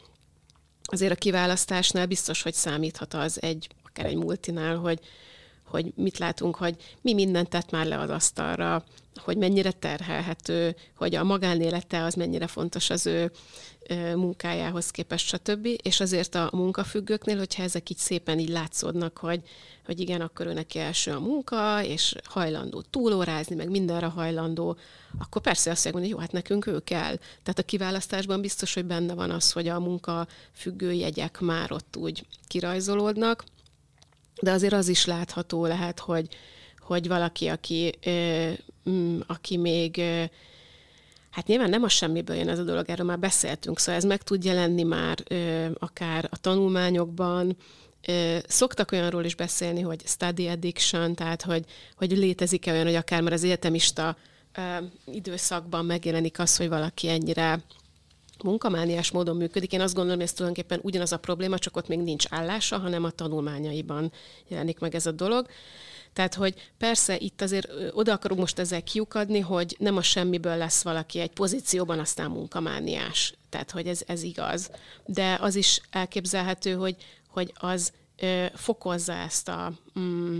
azért a kiválasztásnál biztos, hogy számíthat az egy, akár egy multinál, hogy hogy mit látunk, hogy mi mindent tett már le az asztalra, hogy mennyire terhelhető, hogy a magánélete az mennyire fontos az ő munkájához képest, stb. És azért a munkafüggőknél, hogyha ezek így szépen így látszódnak, hogy, hogy igen, akkor ő neki első a munka, és hajlandó túlórázni, meg mindenre hajlandó, akkor persze azt mondja, hogy jó, hát nekünk ő kell. Tehát a kiválasztásban biztos, hogy benne van az, hogy a munkafüggő jegyek már ott úgy kirajzolódnak, de azért az is látható lehet, hogy, hogy valaki, aki, ö, m, aki még ö, hát nyilván nem a semmiből jön ez a dolog, erről már beszéltünk, szóval ez meg tud jelenni már ö, akár a tanulmányokban. Ö, szoktak olyanról is beszélni, hogy study addiction, tehát hogy, hogy létezik-e olyan, hogy akár már az egyetemista ö, időszakban megjelenik az, hogy valaki ennyire munkamániás módon működik. Én azt gondolom, hogy ez tulajdonképpen ugyanaz a probléma, csak ott még nincs állása, hanem a tanulmányaiban jelenik meg ez a dolog. Tehát, hogy persze itt azért oda akarok most ezzel kiukadni, hogy nem a semmiből lesz valaki egy pozícióban aztán munkamániás. Tehát, hogy ez, ez igaz. De az is elképzelhető, hogy, hogy az ö, fokozza ezt a, mm,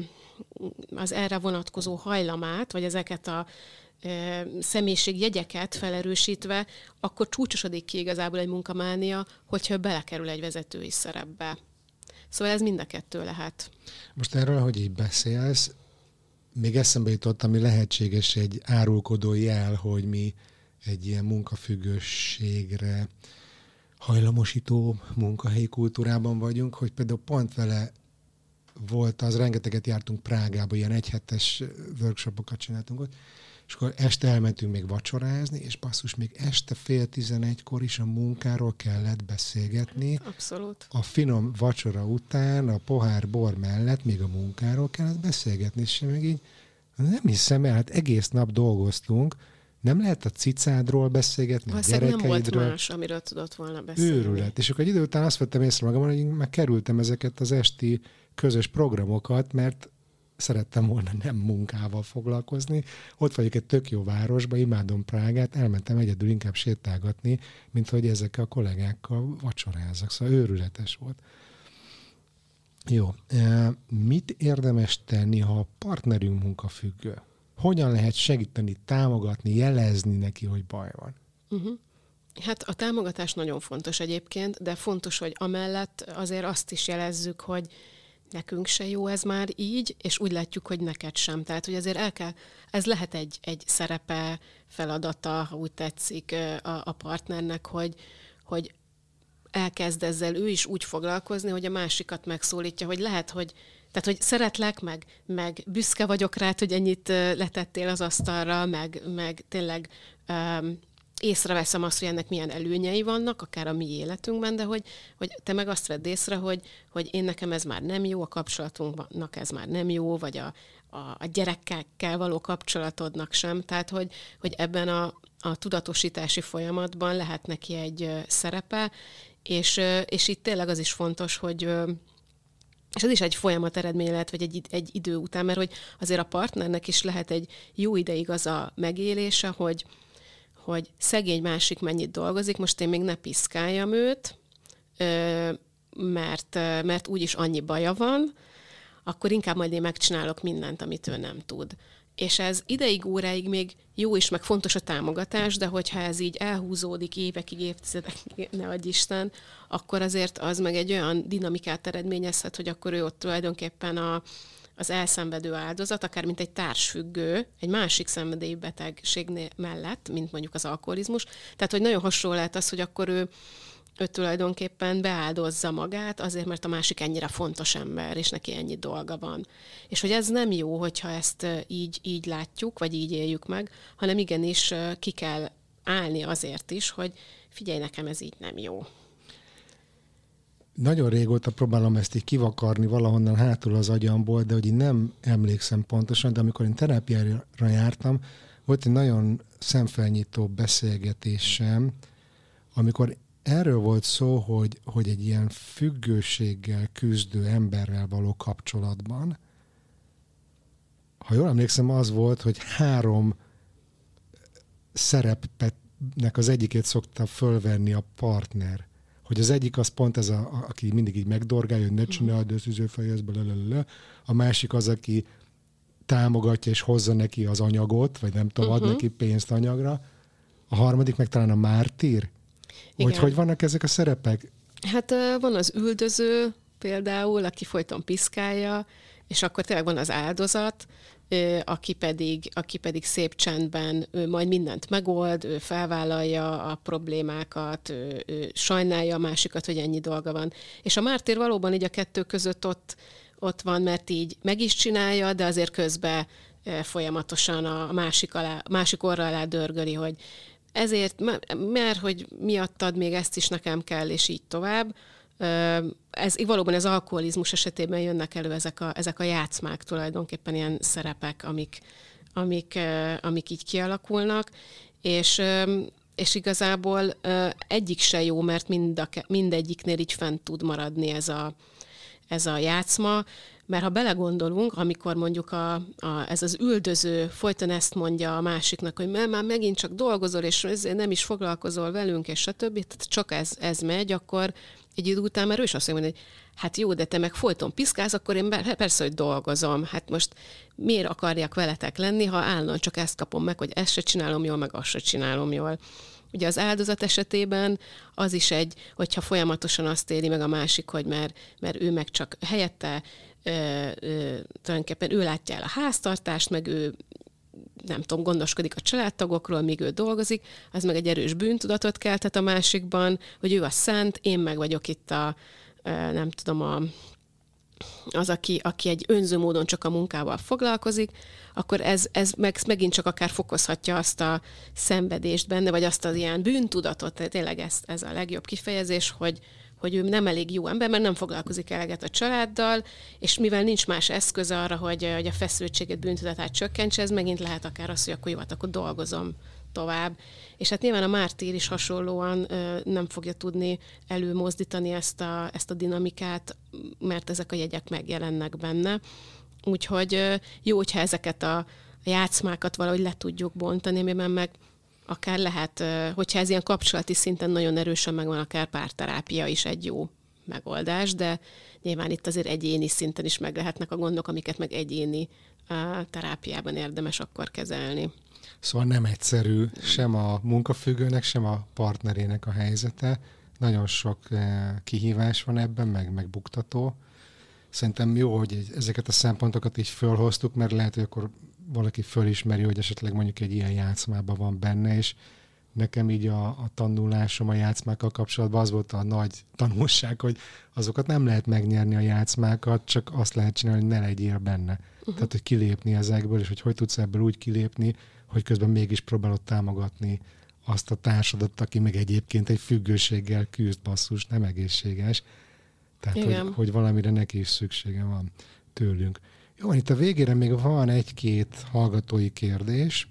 az erre vonatkozó hajlamát, vagy ezeket a ö, személyiségjegyeket felerősítve, akkor csúcsosodik ki igazából egy munkamánia, hogyha belekerül egy vezetői szerepbe. Szóval ez mind a kettő lehet. Most erről, hogy így beszélsz, még eszembe jutott, ami lehetséges egy árulkodó jel, hogy mi egy ilyen munkafüggőségre hajlamosító munkahelyi kultúrában vagyunk, hogy például pont vele volt az, rengeteget jártunk Prágába, ilyen egyhetes workshopokat csináltunk ott, és akkor este elmentünk még vacsorázni, és basszus, még este fél tizenegykor is a munkáról kellett beszélgetni. Abszolút. A finom vacsora után, a pohár bor mellett még a munkáról kellett beszélgetni, és meg így nem hiszem el, hát egész nap dolgoztunk, nem lehet a cicádról beszélgetni, valószínűleg a gyerekeidről. nem volt más, amiről tudott volna beszélni. Őrület. És akkor egy idő után azt vettem észre magamon, hogy már kerültem ezeket az esti közös programokat, mert szerettem volna nem munkával foglalkozni. Ott vagyok egy tök jó városba, imádom Prágát, elmentem egyedül inkább sétálgatni, mint hogy ezekkel a kollégákkal vacsorázzak. Szóval őrületes volt. Jó. Mit érdemes tenni, ha a partnerünk munkafüggő? Hogyan lehet segíteni, támogatni, jelezni neki, hogy baj van? Uh-huh. Hát a támogatás nagyon fontos egyébként, de fontos, hogy amellett azért azt is jelezzük, hogy nekünk se jó ez már így, és úgy látjuk, hogy neked sem. Tehát, hogy azért el kell, ez lehet egy, egy szerepe, feladata, ha úgy tetszik a, a partnernek, hogy, hogy elkezd ezzel ő is úgy foglalkozni, hogy a másikat megszólítja, hogy lehet, hogy tehát, hogy szeretlek, meg, meg büszke vagyok rád, hogy ennyit letettél az asztalra, meg, meg tényleg um, észreveszem azt, hogy ennek milyen előnyei vannak, akár a mi életünkben, de hogy, hogy te meg azt vedd észre, hogy, hogy én nekem ez már nem jó, a kapcsolatunknak ez már nem jó, vagy a, a, a gyerekekkel való kapcsolatodnak sem. Tehát, hogy, hogy ebben a, a tudatosítási folyamatban lehet neki egy szerepe, és, és itt tényleg az is fontos, hogy és ez is egy folyamat eredmény lehet, vagy egy, egy idő után, mert hogy azért a partnernek is lehet egy jó ideig az a megélése, hogy, hogy szegény másik mennyit dolgozik, most én még ne piszkáljam őt, mert, mert úgyis annyi baja van, akkor inkább majd én megcsinálok mindent, amit ő nem tud. És ez ideig, óráig még jó is, meg fontos a támogatás, de hogyha ez így elhúzódik évekig, évtizedekig, ne adj Isten, akkor azért az meg egy olyan dinamikát eredményezhet, hogy akkor ő ott tulajdonképpen a, az elszenvedő áldozat, akár mint egy társfüggő, egy másik szenvedélybetegség mellett, mint mondjuk az alkoholizmus. Tehát, hogy nagyon hasonló lehet az, hogy akkor ő ő tulajdonképpen beáldozza magát azért, mert a másik ennyire fontos ember, és neki ennyi dolga van. És hogy ez nem jó, hogyha ezt így, így látjuk, vagy így éljük meg, hanem igenis ki kell állni azért is, hogy figyelj, nekem ez így nem jó. Nagyon régóta próbálom ezt így kivakarni valahonnan hátul az agyamból, de hogy én nem emlékszem pontosan, de amikor én terápiára jártam, volt egy nagyon szemfelnyitó beszélgetésem, amikor erről volt szó, hogy, hogy egy ilyen függőséggel küzdő emberrel való kapcsolatban, ha jól emlékszem, az volt, hogy három szerepnek az egyikét szokta fölvenni a partner, hogy az egyik az pont ez, a, a, aki mindig így megdorgálja, hogy ne csináld, ezt üzőfejezbe, lelelele. A másik az, aki támogatja és hozza neki az anyagot, vagy nem tudom, uh-huh. ad neki pénzt anyagra. A harmadik meg talán a mártír. Hogy hogy vannak ezek a szerepek? Hát van az üldöző például, aki folyton piszkálja, és akkor tényleg van az áldozat, aki pedig, aki pedig szép csendben ő majd mindent megold, ő felvállalja a problémákat, ő, ő sajnálja a másikat, hogy ennyi dolga van. És a mártír valóban így a kettő között ott, ott van, mert így meg is csinálja, de azért közben folyamatosan a másik, alá, másik orra alá dörgöli, hogy ezért, mert hogy miattad még ezt is nekem kell, és így tovább. Ez, valóban az alkoholizmus esetében jönnek elő ezek a, ezek a játszmák, tulajdonképpen ilyen szerepek, amik, amik, amik így kialakulnak, és, és igazából egyik se jó, mert mind a, mindegyiknél így fent tud maradni ez a, ez a játszma, mert ha belegondolunk, amikor mondjuk a, a, ez az üldöző folyton ezt mondja a másiknak, hogy már megint csak dolgozol, és ezért nem is foglalkozol velünk, és stb., tehát csak ez, ez megy, akkor egy idő után már ő is azt mondja, hogy hát jó, de te meg folyton piszkálsz, akkor én persze, hogy dolgozom. Hát most miért akarjak veletek lenni, ha állandóan csak ezt kapom meg, hogy ezt se csinálom jól, meg azt se csinálom jól. Ugye az áldozat esetében az is egy, hogyha folyamatosan azt éli meg a másik, hogy mert, mert ő meg csak helyette ö, ö, tulajdonképpen ő látja el a háztartást, meg ő nem tudom, gondoskodik a családtagokról, míg ő dolgozik, az meg egy erős bűntudatot keltett a másikban, hogy ő a szent, én meg vagyok itt a, nem tudom, a, az, aki, aki egy önző módon csak a munkával foglalkozik, akkor ez, ez meg, megint csak akár fokozhatja azt a szenvedést benne, vagy azt az ilyen bűntudatot, tehát tényleg ez, ez a legjobb kifejezés, hogy, hogy ő nem elég jó ember, mert nem foglalkozik eleget a családdal, és mivel nincs más eszköz arra, hogy, hogy a feszültséget, bűntudatát csökkentse, ez megint lehet akár az, hogy akkor jó, hát akkor dolgozom tovább. És hát nyilván a mártír is hasonlóan ö, nem fogja tudni előmozdítani ezt a, ezt a dinamikát, mert ezek a jegyek megjelennek benne. Úgyhogy ö, jó, hogyha ezeket a játszmákat valahogy le tudjuk bontani, amiben meg akár lehet, hogyha ez ilyen kapcsolati szinten nagyon erősen megvan, akár párterápia is egy jó megoldás, de nyilván itt azért egyéni szinten is meg lehetnek a gondok, amiket meg egyéni terápiában érdemes akkor kezelni. Szóval nem egyszerű sem a munkafüggőnek, sem a partnerének a helyzete. Nagyon sok kihívás van ebben, meg, meg buktató. Szerintem jó, hogy ezeket a szempontokat is fölhoztuk, mert lehet, hogy akkor valaki fölismeri, hogy esetleg mondjuk egy ilyen játszmában van benne, és nekem így a, a tanulásom a játszmákkal kapcsolatban az volt a nagy tanulság, hogy azokat nem lehet megnyerni a játszmákat, csak azt lehet csinálni, hogy ne legyél benne. Uh-huh. Tehát, hogy kilépni ezekből, és hogy hogy tudsz ebből úgy kilépni, hogy közben mégis próbálod támogatni azt a társadat, aki meg egyébként egy függőséggel küzd, basszus, nem egészséges. Tehát, hogy, hogy valamire neki is szüksége van tőlünk. Jó, itt a végére még van egy-két hallgatói kérdés.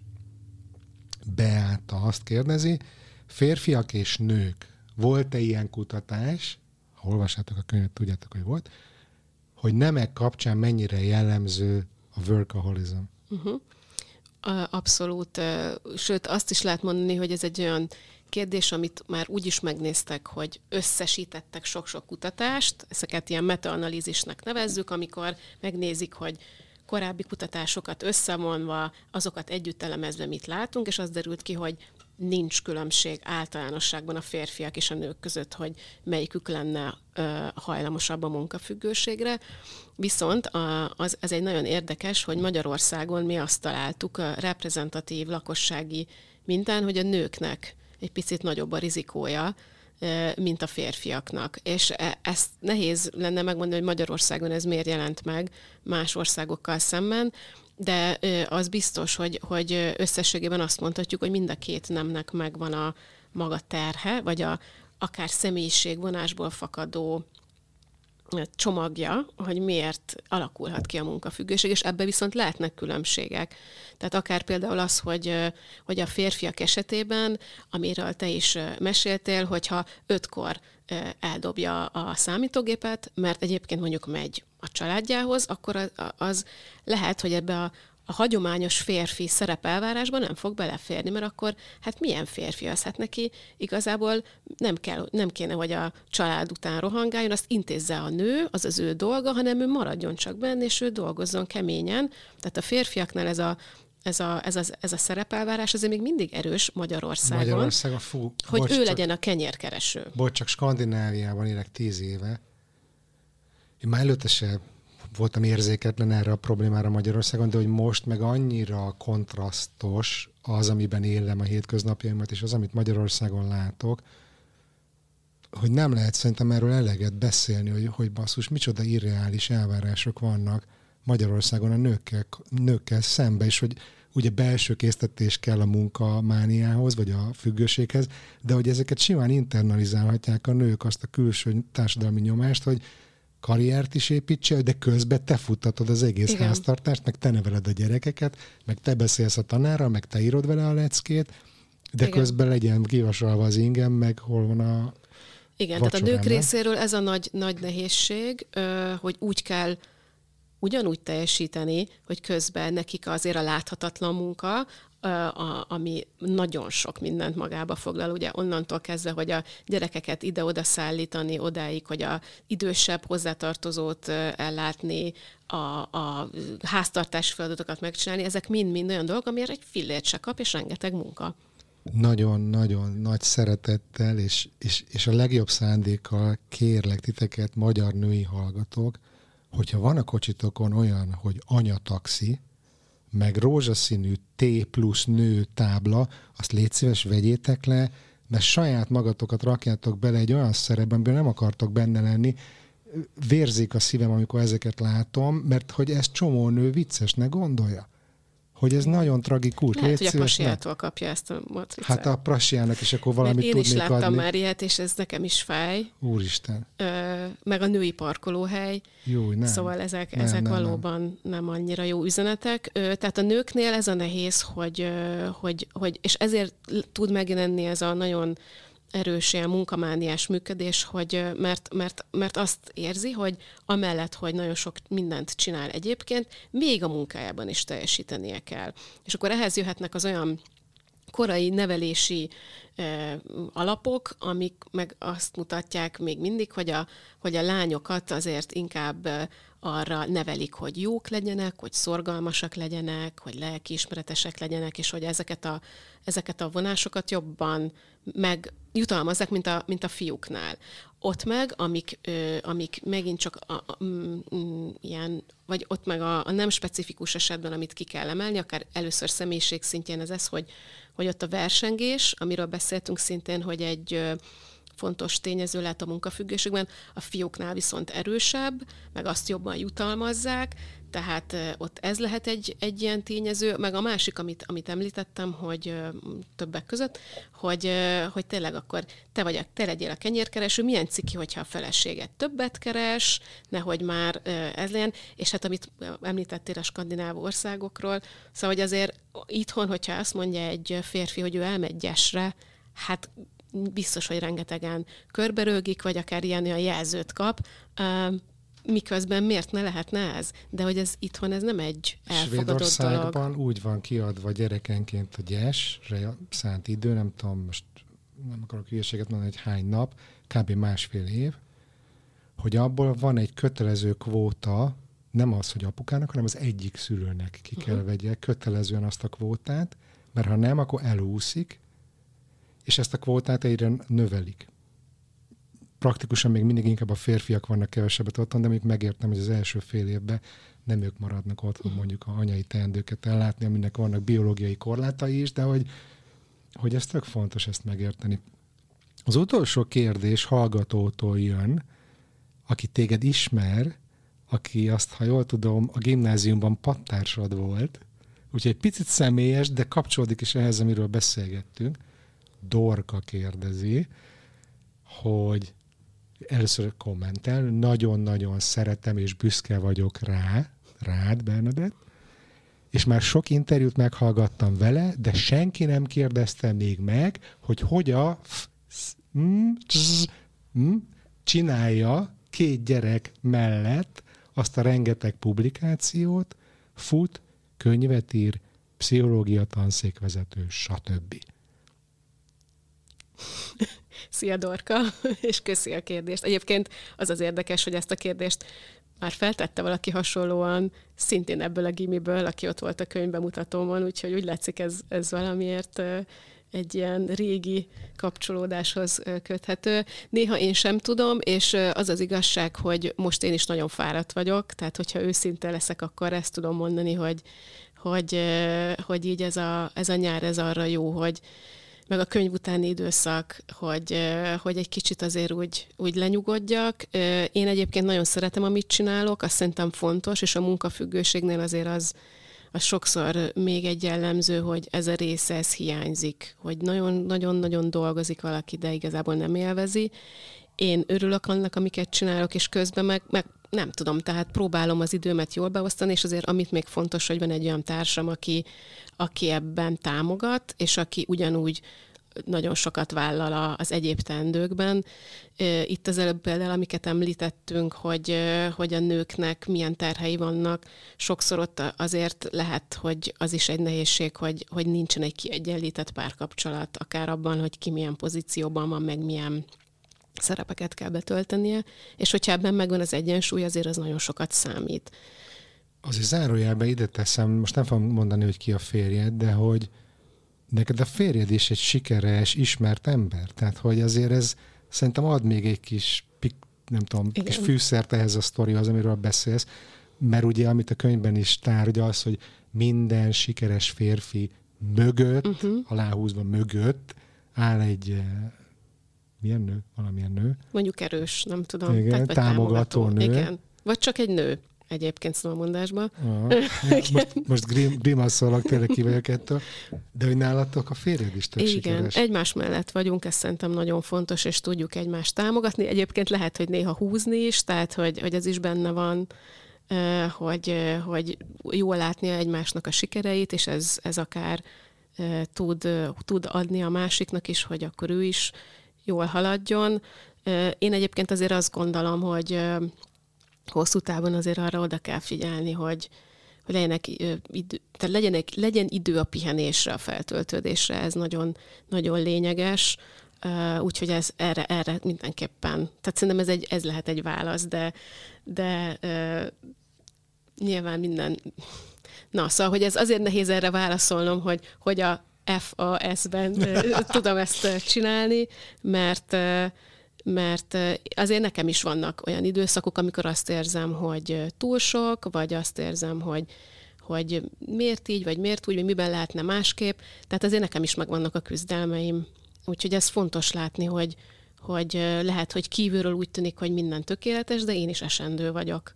Beáta azt kérdezi, férfiak és nők, volt-e ilyen kutatás, ha olvassátok a könyvet, tudjátok, hogy volt, hogy nemek kapcsán mennyire jellemző a workaholism? Uh-huh. Abszolút. Sőt, azt is lehet mondani, hogy ez egy olyan kérdés, amit már úgy is megnéztek, hogy összesítettek sok-sok kutatást, ezeket ilyen metaanalízisnek nevezzük, amikor megnézik, hogy korábbi kutatásokat összevonva, azokat együtt elemezve mit látunk, és az derült ki, hogy nincs különbség általánosságban a férfiak és a nők között, hogy melyikük lenne ö, hajlamosabb a munkafüggőségre. Viszont a, az, ez egy nagyon érdekes, hogy Magyarországon mi azt találtuk a reprezentatív lakossági mintán, hogy a nőknek egy picit nagyobb a rizikója, mint a férfiaknak. És ezt nehéz lenne megmondani, hogy Magyarországon ez miért jelent meg más országokkal szemben, de az biztos, hogy, hogy összességében azt mondhatjuk, hogy mind a két nemnek megvan a maga terhe, vagy a akár személyiségvonásból fakadó csomagja, hogy miért alakulhat ki a munkafüggőség, és ebben viszont lehetnek különbségek. Tehát akár például az, hogy, hogy a férfiak esetében, amiről te is meséltél, hogyha ötkor eldobja a számítógépet, mert egyébként mondjuk megy a családjához, akkor az, az lehet, hogy ebbe a, a hagyományos férfi szerepelvárásban nem fog beleférni, mert akkor hát milyen férfi az? Hát neki igazából nem, kell, nem kéne, hogy a család után rohangáljon, azt intézze a nő, az az ő dolga, hanem ő maradjon csak benne, és ő dolgozzon keményen. Tehát a férfiaknál ez a Ez a, ez, a, ez a szerepelvárás azért még mindig erős Magyarországon, Magyarországon fú, hogy bocs, ő csak, legyen a kenyérkereső. Bocs, csak Skandináviában élek tíz éve. Én már előtte se voltam érzéketlen erre a problémára Magyarországon, de hogy most meg annyira kontrasztos az, amiben élem a hétköznapjaimat, és az, amit Magyarországon látok, hogy nem lehet szerintem erről eleget beszélni, hogy, hogy basszus, micsoda irreális elvárások vannak Magyarországon a nőkkel, nőkkel szembe, és hogy ugye belső késztetés kell a munkamániához, vagy a függőséghez, de hogy ezeket simán internalizálhatják a nők, azt a külső társadalmi nyomást, hogy karriert is építsél, de közben te futtatod az egész Igen. háztartást, meg te neveled a gyerekeket, meg te beszélsz a tanárral, meg te írod vele a leckét, de Igen. közben legyen kivasalva az ingem, meg hol van a Igen, vacsorám, tehát a nők nem? részéről ez a nagy, nagy nehézség, hogy úgy kell ugyanúgy teljesíteni, hogy közben nekik azért a láthatatlan munka, a, ami nagyon sok mindent magába foglal, ugye onnantól kezdve, hogy a gyerekeket ide-oda szállítani, odáig, hogy a idősebb hozzátartozót ellátni, a, a háztartási feladatokat megcsinálni, ezek mind-mind olyan dolgok, amiért egy fillért se kap, és rengeteg munka. Nagyon-nagyon nagy szeretettel, és, és, és a legjobb szándékkal kérlek titeket, magyar női hallgatók, hogyha van a kocsitokon olyan, hogy anyataxi, meg rózsaszínű T plusz nő tábla, azt légy szíves, vegyétek le, mert saját magatokat rakjátok bele egy olyan szerepben, amiben nem akartok benne lenni. Vérzik a szívem, amikor ezeket látom, mert hogy ez csomó nő viccesnek gondolja. Hogy ez nagyon tragikus. Lehet, hogy a Prasiától kapja ezt a motricát. Hát a Prasiának is akkor valamit tudnék adni. Én is láttam adni. Már ilyet, és ez nekem is fáj. Úristen. Ö, meg a női parkolóhely. Jó, nem. Szóval ezek, nem, ezek nem, valóban nem. nem annyira jó üzenetek. Ö, tehát a nőknél ez a nehéz, hogy, hogy, hogy és ezért tud megjelenni ez a nagyon erős ilyen munkamániás működés, hogy mert, mert, mert azt érzi, hogy amellett, hogy nagyon sok mindent csinál egyébként, még a munkájában is teljesítenie kell. És akkor ehhez jöhetnek az olyan korai nevelési eh, alapok, amik meg azt mutatják még mindig, hogy a, hogy a lányokat azért inkább eh, arra nevelik, hogy jók legyenek, hogy szorgalmasak legyenek, hogy lelkiismeretesek legyenek, és hogy ezeket a, ezeket a vonásokat jobban megjutalmazzák, mint a, mint a fiúknál. Ott meg, amik, ö, amik megint csak a, a, m, m, ilyen, vagy ott meg a, a nem specifikus esetben, amit ki kell emelni, akár először személyiség szintjén ez ez, hogy, hogy ott a versengés, amiről beszéltünk szintén, hogy egy ö, fontos tényező lehet a munkafüggőségben, a fiúknál viszont erősebb, meg azt jobban jutalmazzák, tehát ott ez lehet egy, egy ilyen tényező, meg a másik, amit, amit említettem, hogy többek között, hogy, hogy tényleg akkor te vagy a, te legyél a kenyérkereső, milyen ciki, hogyha a feleséget többet keres, nehogy már ez legyen, és hát amit említettél a skandináv országokról, szóval hogy azért itthon, hogyha azt mondja egy férfi, hogy ő elmegy gyesre, hát biztos, hogy rengetegen körberögik, vagy akár ilyen olyan jelzőt kap, miközben miért ne lehetne ez? De hogy ez itthon ez nem egy elfogadott dolog. Svédországban úgy van kiadva gyerekenként a gyesre szánt idő, nem tudom, most nem akarok hülyeséget mondani, hogy hány nap, kb. Másfél év, hogy abból van egy kötelező kvóta, nem az, hogy apukának, hanem az egyik szülőnek ki kell uh-huh. vegye kötelezően azt a kvótát, mert ha nem, akkor elúszik, és ezt a kvótát egyre növelik. Praktikusan még mindig inkább a férfiak vannak kevesebbet otthon, de még megértem, hogy az első fél évben nem ők maradnak otthon mondjuk a anyai teendőket ellátni, aminek vannak biológiai korlátai is, de hogy, hogy ez tök fontos ezt megérteni. Az utolsó kérdés hallgatótól jön, aki téged ismer, aki azt, ha jól tudom, a gimnáziumban pattársad volt, úgyhogy egy picit személyes, de kapcsolódik is ehhez, amiről beszélgettünk. Dorka kérdezi, hogy először kommentel, nagyon-nagyon szeretem és büszke vagyok rá, rád, Bernadett, és már sok interjút meghallgattam vele, de senki nem kérdezte még meg, hogy hogy a csinálja két gyerek mellett azt a rengeteg publikációt, fut, könyvet ír, pszichológia tanszékvezető, stb. Szia Dorka, és köszi a kérdést. Egyébként az az érdekes, hogy ezt a kérdést már feltette valaki hasonlóan, szintén ebből a gimiből, aki ott volt a könyvbemutatómon, úgyhogy úgy látszik ez, ez valamiért egy ilyen régi kapcsolódáshoz köthető. Néha én sem tudom, és az az igazság, hogy most én is nagyon fáradt vagyok, tehát hogyha őszinte leszek, akkor ezt tudom mondani, hogy, hogy, hogy így ez a, ez a nyár, ez arra jó, hogy meg a könyv utáni időszak, hogy, hogy egy kicsit azért úgy, úgy lenyugodjak. Én egyébként nagyon szeretem, amit csinálok, azt szerintem fontos, és a munkafüggőségnél azért az, az sokszor még egy jellemző, hogy ez a része, ez hiányzik, hogy nagyon-nagyon-nagyon dolgozik valaki, de igazából nem élvezi. Én örülök annak, amiket csinálok, és közben meg, meg nem tudom, tehát próbálom az időmet jól beosztani, és azért amit még fontos, hogy van egy olyan társam, aki, aki ebben támogat, és aki ugyanúgy nagyon sokat vállal az egyéb teendőkben. Itt az előbb például, amiket említettünk, hogy, hogy a nőknek milyen terhei vannak, sokszor ott azért lehet, hogy az is egy nehézség, hogy, hogy nincsen egy kiegyenlített párkapcsolat, akár abban, hogy ki milyen pozícióban van, meg milyen szerepeket kell betöltenie, és hogyha ebben megvan az egyensúly, azért az nagyon sokat számít. Azért zárójelben ide teszem, most nem fogom mondani, hogy ki a férjed, de hogy neked a férjed is egy sikeres, ismert ember. Tehát, hogy azért ez szerintem ad még egy kis, nem tudom, Igen. kis fűszert ehhez a sztorihoz, amiről beszélsz, mert ugye, amit a könyvben is tárgyalsz, hogy minden sikeres férfi mögött, uh-huh. aláhúzva mögött áll egy milyen nő? Valamilyen nő. Mondjuk erős, nem tudom. Igen, Tehát, támogató, támogató nő. Igen. Vagy csak egy nő egyébként szólmondásban. most most grim, grimasszolok, tényleg ki vagyok ettől. De hogy nálatok a férjed is tök Igen, sikeres. egymás mellett vagyunk, ez szerintem nagyon fontos, és tudjuk egymást támogatni. Egyébként lehet, hogy néha húzni is, tehát hogy, hogy ez is benne van, hogy, hogy jól látnia egymásnak a sikereit, és ez, ez akár tud, tud adni a másiknak is, hogy akkor ő is jól haladjon. Én egyébként azért azt gondolom, hogy hosszú távon azért arra oda kell figyelni, hogy, hogy legyenek idő, tehát legyenek, legyen idő a pihenésre, a feltöltődésre, ez nagyon, nagyon lényeges, úgyhogy ez erre, erre mindenképpen, tehát szerintem ez, egy, ez lehet egy válasz, de, de uh, nyilván minden, na szóval, hogy ez azért nehéz erre válaszolnom, hogy, hogy a ef á es-ben tudom ezt csinálni, mert mert azért nekem is vannak olyan időszakok, amikor azt érzem, hogy túl sok, vagy azt érzem, hogy, hogy miért így, vagy miért úgy, vagy miben lehetne másképp. Tehát azért nekem is megvannak a küzdelmeim. Úgyhogy ez fontos látni, hogy, hogy lehet, hogy kívülről úgy tűnik, hogy minden tökéletes, de én is esendő vagyok.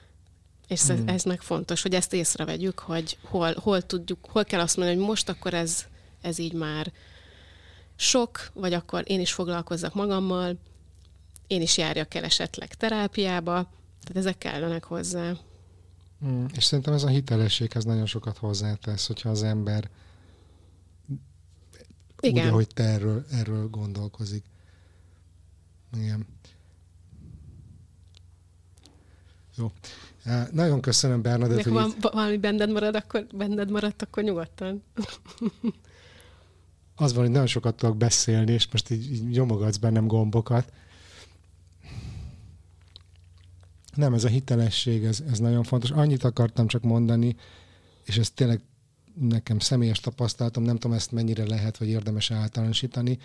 És ez, hmm. ez meg fontos, hogy ezt észrevegyük, hogy hol, hol tudjuk, hol kell azt mondani, hogy most akkor ez, ez így már sok, vagy akkor én is foglalkozzak magammal, én is járjak el esetleg terápiába, tehát ezek kellenek hozzá. Mm, és szerintem ez a hitelességhez nagyon sokat hozzátesz, hogyha az ember Igen. úgy, ahogy te erről, erről gondolkozik. Igen. Jó. Nagyon köszönöm, Bernadett, hogy van, itt... valami benned marad, akkor benned maradt, akkor nyugodtan. Az van, hogy nagyon sokat tudok beszélni, és most így, így nyomogatsz bennem gombokat. Nem, ez a hitelesség, ez, ez nagyon fontos. Annyit akartam csak mondani, és ez tényleg nekem személyes tapasztalatom, nem tudom ezt mennyire lehet, vagy érdemes általánosítani.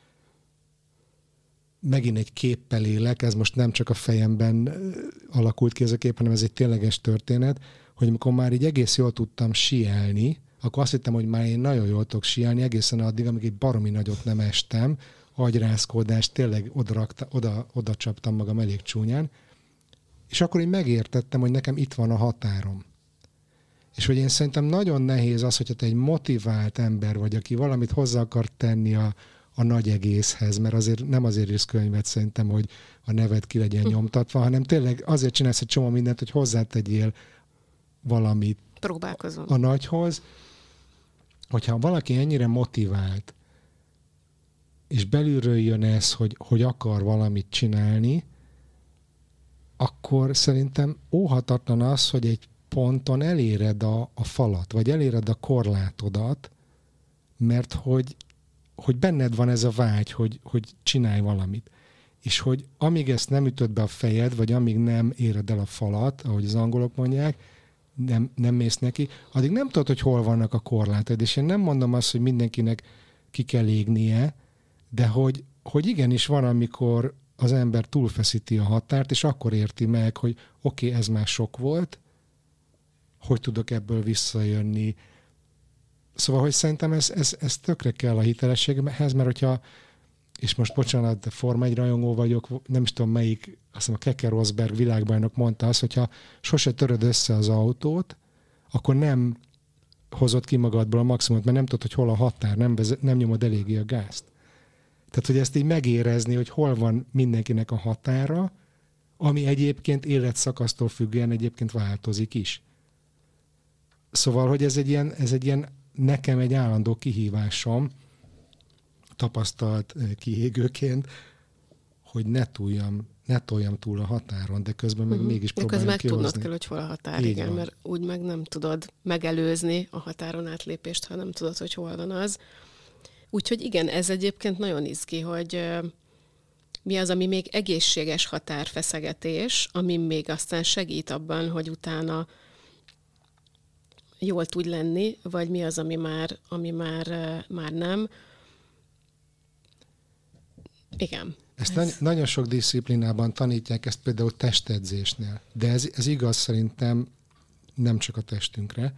Megint egy képpel élek, ez most nem csak a fejemben alakult ki ez a kép, hanem ez egy tényleges történet, hogy amikor már így egész jól tudtam síelni, akkor azt hittem, hogy már én nagyon jól tudok síelni, egészen addig, amíg egy baromi nagyot nem estem, agyrázkódás, tényleg oda, rakta, oda, oda csaptam magam elég csúnyán, és akkor én megértettem, hogy nekem itt van a határom. És hogy én szerintem nagyon nehéz az, hogyha te egy motivált ember vagy, aki valamit hozzá akar tenni a, a nagy egészhez, mert azért nem azért írsz könyvet szerintem, hogy a neved ki legyen nyomtatva, hanem tényleg azért csinálsz egy csomó mindent, hogy hozzátegyél valamit Próbálkozom. a nagyhoz. Hogyha valaki ennyire motivált, és belülről jön ez, hogy, hogy akar valamit csinálni, akkor szerintem óhatatlan az, hogy egy ponton eléred a, a falat, vagy eléred a korlátodat, mert hogy, hogy benned van ez a vágy, hogy, hogy csinálj valamit. És hogy amíg ezt nem ütöd be a fejed, vagy amíg nem éred el a falat, ahogy az angolok mondják, nem, nem mész neki, addig nem tudod, hogy hol vannak a korlátod. És én nem mondom azt, hogy mindenkinek ki kell égnie, de hogy, hogy igenis van, amikor az ember túlfeszíti a határt, és akkor érti meg, hogy oké, okay, ez már sok volt, hogy tudok ebből visszajönni. Szóval, hogy szerintem ez, ez, ez tökre kell a hitelességhez, mert hogyha, és most bocsánat, de Forma egy rajongó vagyok, nem is tudom melyik, azt hiszem a Keke Rosberg világbajnok mondta azt, hogyha sose töröd össze az autót, akkor nem hozod ki magadból a maximumot, mert nem tudod, hogy hol a határ, nem, vezet, nem nyomod eléggé a gázt. Tehát, hogy ezt így megérezni, hogy hol van mindenkinek a határa, ami egyébként életszakasztól függően egyébként változik is. Szóval, hogy ez egy ilyen, ez egy ilyen nekem egy állandó kihívásom, tapasztalt kiégőként, hogy ne túljam, ne toljam túl a határon, de közben meg uh-huh. mégis próbáljam meg kihozni. tudnod kell, hogy hol a határ, így igen, van. Mert úgy meg nem tudod megelőzni a határon átlépést, ha nem tudod, hogy hol van az. Úgyhogy igen, ez egyébként nagyon izgi, hogy mi az, ami még egészséges határfeszegetés, ami még aztán segít abban, hogy utána jól tud lenni, vagy mi az, ami már, ami már, már nem. Igen. Ezt ez... nagyon sok disziplinában tanítják, ezt például testedzésnél. De ez, ez igaz szerintem nem csak a testünkre,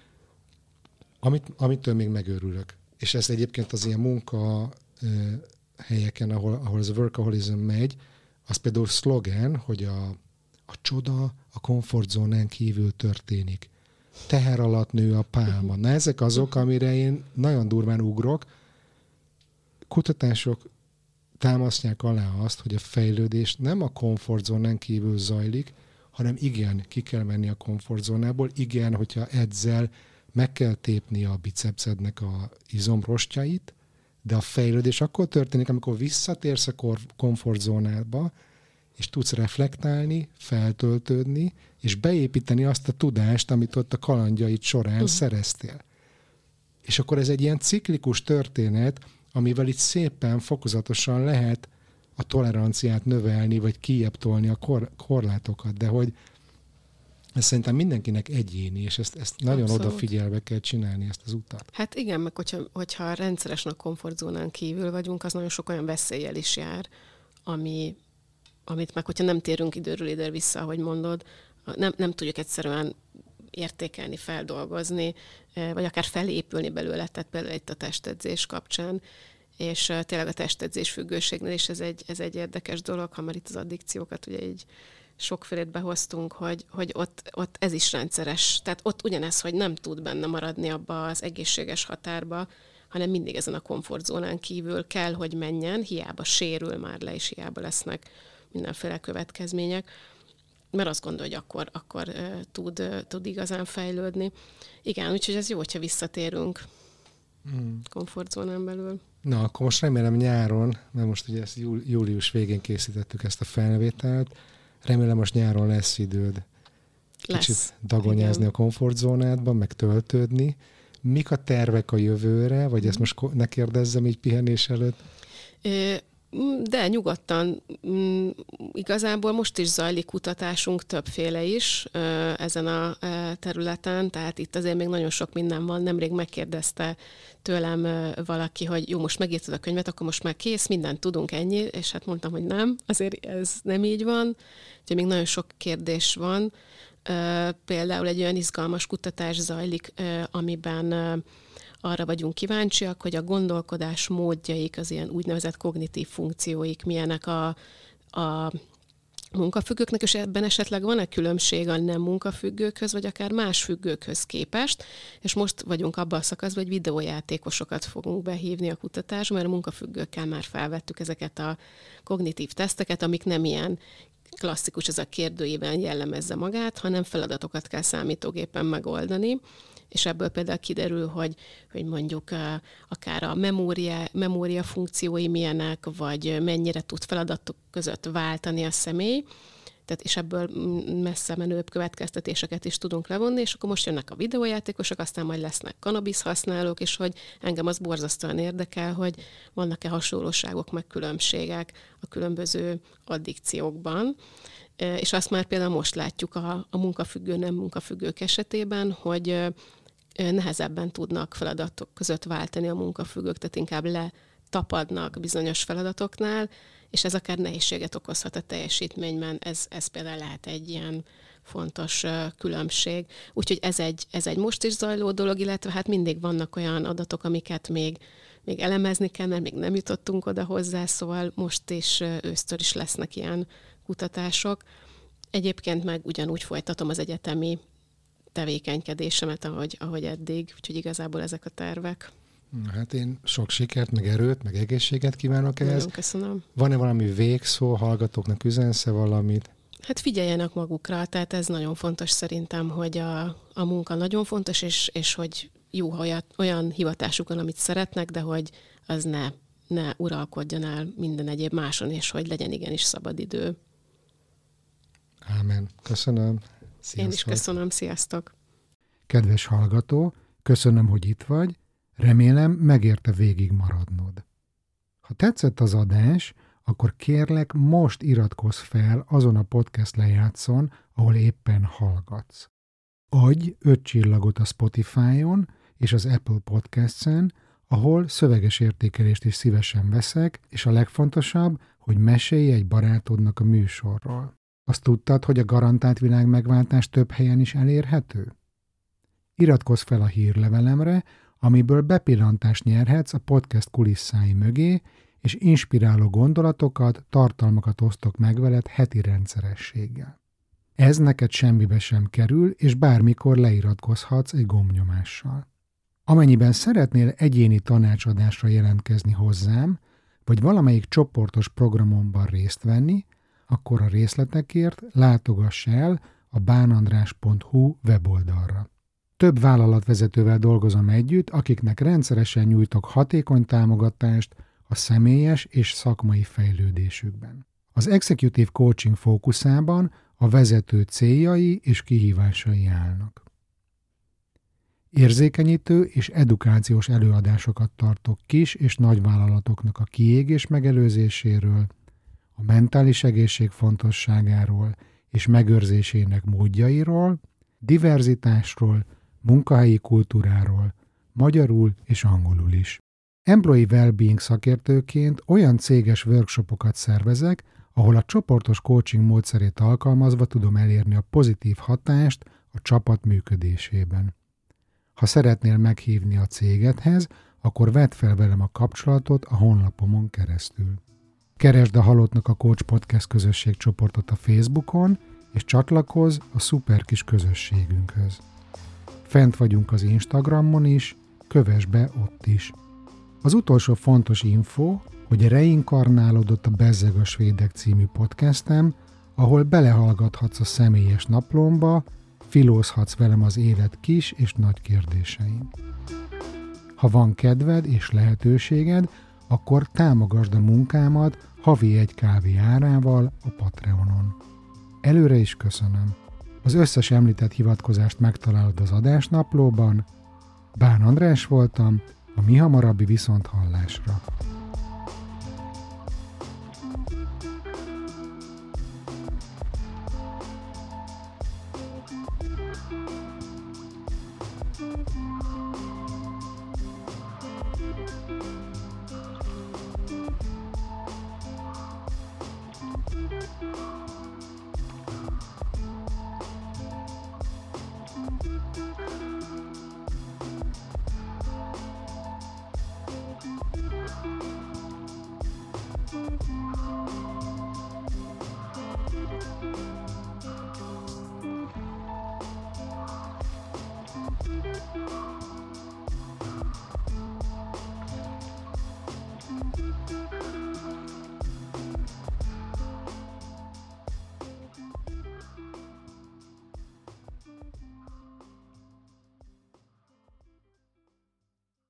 amit, amitől még megőrülök. És ez egyébként az ilyen munka helyeken, ahol, ahol ez a workaholism megy, az például szlogen, hogy a, a csoda a komfortzónán kívül történik. Teher alatt nő a pálma. Na ezek azok, amire én nagyon durván ugrok. Kutatások támasztják alá azt, hogy a fejlődés nem a komfortzónán kívül zajlik, hanem igen, ki kell menni a komfortzónából, igen, hogyha edzel, meg kell tépni a bicepszednek a izomrostjait, de a fejlődés akkor történik, amikor visszatérsz a komfortzónába, és tudsz reflektálni, feltöltődni, és beépíteni azt a tudást, amit ott a kalandjaid során uh-huh. szereztél. És akkor ez egy ilyen ciklikus történet, amivel itt szépen, fokozatosan lehet a toleranciát növelni, vagy kijebb tolni a kor- korlátokat, de hogy ez szerintem mindenkinek egyéni, és ezt, ezt nagyon Abszolút. Odafigyelve kell csinálni ezt az utat. Hát igen, meg hogyha, hogyha rendszeresen a komfortzónán kívül vagyunk, az nagyon sok olyan veszéllyel is jár, ami, amit meg, hogyha nem térünk időről időre vissza, ahogy mondod, nem, nem tudjuk egyszerűen értékelni, feldolgozni, vagy akár felépülni belőle, tehát például itt a testedzés kapcsán, és tényleg a testedzés függőségnél is ez egy, ez egy érdekes dolog, ha már itt az addikciókat ugye így sokfélét behoztunk, hogy, hogy ott, ott ez is rendszeres. Tehát ott ugyanez, hogy nem tud benne maradni abba az egészséges határba, hanem mindig ezen a komfortzónán kívül kell, hogy menjen, hiába sérül már le, és hiába lesznek mindenféle következmények, mert azt gondolja, hogy akkor, akkor uh, tud, uh, tud igazán fejlődni. Igen, úgyhogy ez jó, hogyha visszatérünk hmm. komfortzónán belül. Na, akkor most remélem nyáron, mert most ugye ezt július végén készítettük ezt a felvételt, remélem most nyáron lesz időd kicsit lesz. Dagonyázni igen. a komfortzónádban, meg töltődni. Mik a tervek a jövőre, vagy ezt most ne kérdezzem így pihenés előtt? De nyugodtan. Igazából most is zajlik kutatásunk többféle is ezen a területen, tehát itt azért még nagyon sok minden van. Nemrég megkérdezte tőlem valaki, hogy jó, most megírtad a könyvet, akkor most már kész, mindent tudunk, ennyi, és hát mondtam, hogy nem, azért ez nem így van. Úgyhogy még nagyon sok kérdés van. Például egy olyan izgalmas kutatás zajlik, amiben arra vagyunk kíváncsiak, hogy a gondolkodás módjaik, az ilyen úgynevezett kognitív funkcióik milyenek a, a munkafüggőknek, és ebben esetleg van-e különbség a nem munkafüggőkhöz, vagy akár más függőkhöz képest, és most vagyunk abban a szakaszban, hogy videójátékosokat fogunk behívni a kutatásba, mert a munkafüggőkkel már felvettük ezeket a kognitív teszteket, amik nem ilyen klasszikus, ez a kérdőjében jellemezze magát, hanem feladatokat kell számítógépen megoldani, és ebből például kiderül, hogy, hogy mondjuk akár a memória, memória funkciói milyenek, vagy mennyire tud feladatok között váltani a személy. tehát és ebből messze menőbb következtetéseket is tudunk levonni, és akkor most jönnek a videójátékosok, aztán majd lesznek cannabis használók, és hogy engem az borzasztóan érdekel, hogy vannak-e hasonlóságok, meg különbségek a különböző addikciókban. És azt már például most látjuk a, a munkafüggő, nem munkafüggők esetében, hogy nehezebben tudnak feladatok között váltani a munkafüggők, tehát inkább letapadnak bizonyos feladatoknál, és ez akár nehézséget okozhat a teljesítményben. Ez, ez például lehet egy ilyen fontos különbség. Úgyhogy ez egy, ez egy most is zajló dolog, illetve hát mindig vannak olyan adatok, amiket még, még elemezni kell, mert még nem jutottunk oda hozzá, szóval most is ősztől is lesznek ilyen kutatások. Egyébként meg ugyanúgy folytatom az egyetemi tevékenykedésemet, ahogy, ahogy eddig, úgyhogy igazából ezek a tervek. Hát én sok sikert, meg erőt, meg egészséget kívánok ehhez. Nagyon köszönöm. Van-e valami végszó, hallgatóknak üzensz-e valamit? Hát figyeljenek magukra, tehát ez nagyon fontos szerintem, hogy a, a munka nagyon fontos, és, és hogy jó, olyan, olyan hivatásuk van, amit szeretnek, de hogy az ne, ne uralkodjon el minden egyéb máson, és hogy legyen igenis szabad idő. Ámen. Köszönöm. Sziasztok. Én is köszönöm. Sziasztok. Kedves hallgató, köszönöm, hogy itt vagy. Remélem, megérte végig maradnod. Ha tetszett az adás, akkor kérlek, most iratkozz fel azon a podcast lejátszón, ahol éppen hallgatsz. Adj öt csillagot a Spotify-on és az Apple Podcasts-en, ahol szöveges értékelést is szívesen veszek, és a legfontosabb, hogy mesélj egy barátodnak a műsorról. Azt tudtad, hogy a garantált világmegváltás több helyen is elérhető? Iratkozz fel a hírlevelemre, amiből bepillantást nyerhetsz a podcast kulisszái mögé, és inspiráló gondolatokat, tartalmakat osztok meg veled heti rendszerességgel. Ez neked semmibe sem kerül, és bármikor leiratkozhatsz egy gombnyomással. Amennyiben szeretnél egyéni tanácsadásra jelentkezni hozzám, vagy valamelyik csoportos programomban részt venni, akkor a részletekért látogass el a bánandrás pont hu weboldalra. Több vállalatvezetővel dolgozom együtt, akiknek rendszeresen nyújtok hatékony támogatást a személyes és szakmai fejlődésükben. Az Executive Coaching fókuszában a vezető céljai és kihívásai állnak. Érzékenyítő és edukációs előadásokat tartok kis és nagyvállalatoknak a kiégés megelőzéséről, a mentális egészség fontosságáról és megőrzésének módjairól, diverzitásról, munkahelyi kultúráról, magyarul és angolul is. Employee Wellbeing szakértőként olyan céges workshopokat szervezek, ahol a csoportos coaching módszerét alkalmazva tudom elérni a pozitív hatást a csapat működésében. Ha szeretnél meghívni a cégedhez, akkor vedd fel velem a kapcsolatot a honlapomon keresztül. Keresd a Halottnak a Coach Podcast közösség csoportot a Facebookon, és csatlakozz a szuper kis közösségünkhöz. Fent vagyunk az Instagramon is, kövess be ott is. Az utolsó fontos info, hogy reinkarnálódott a Bezzeg a Svédek című podcastem, ahol belehallgathatsz a személyes naplomba, filózhatsz velem az élet kis és nagy kérdésein. Ha van kedved és lehetőséged, akkor támogasd a munkámat havi egy kávé árával a Patreonon. Előre is köszönöm. Az összes említett hivatkozást megtalálod az adásnaplóban. Bán András voltam, a mihamarabbi viszonthallásra.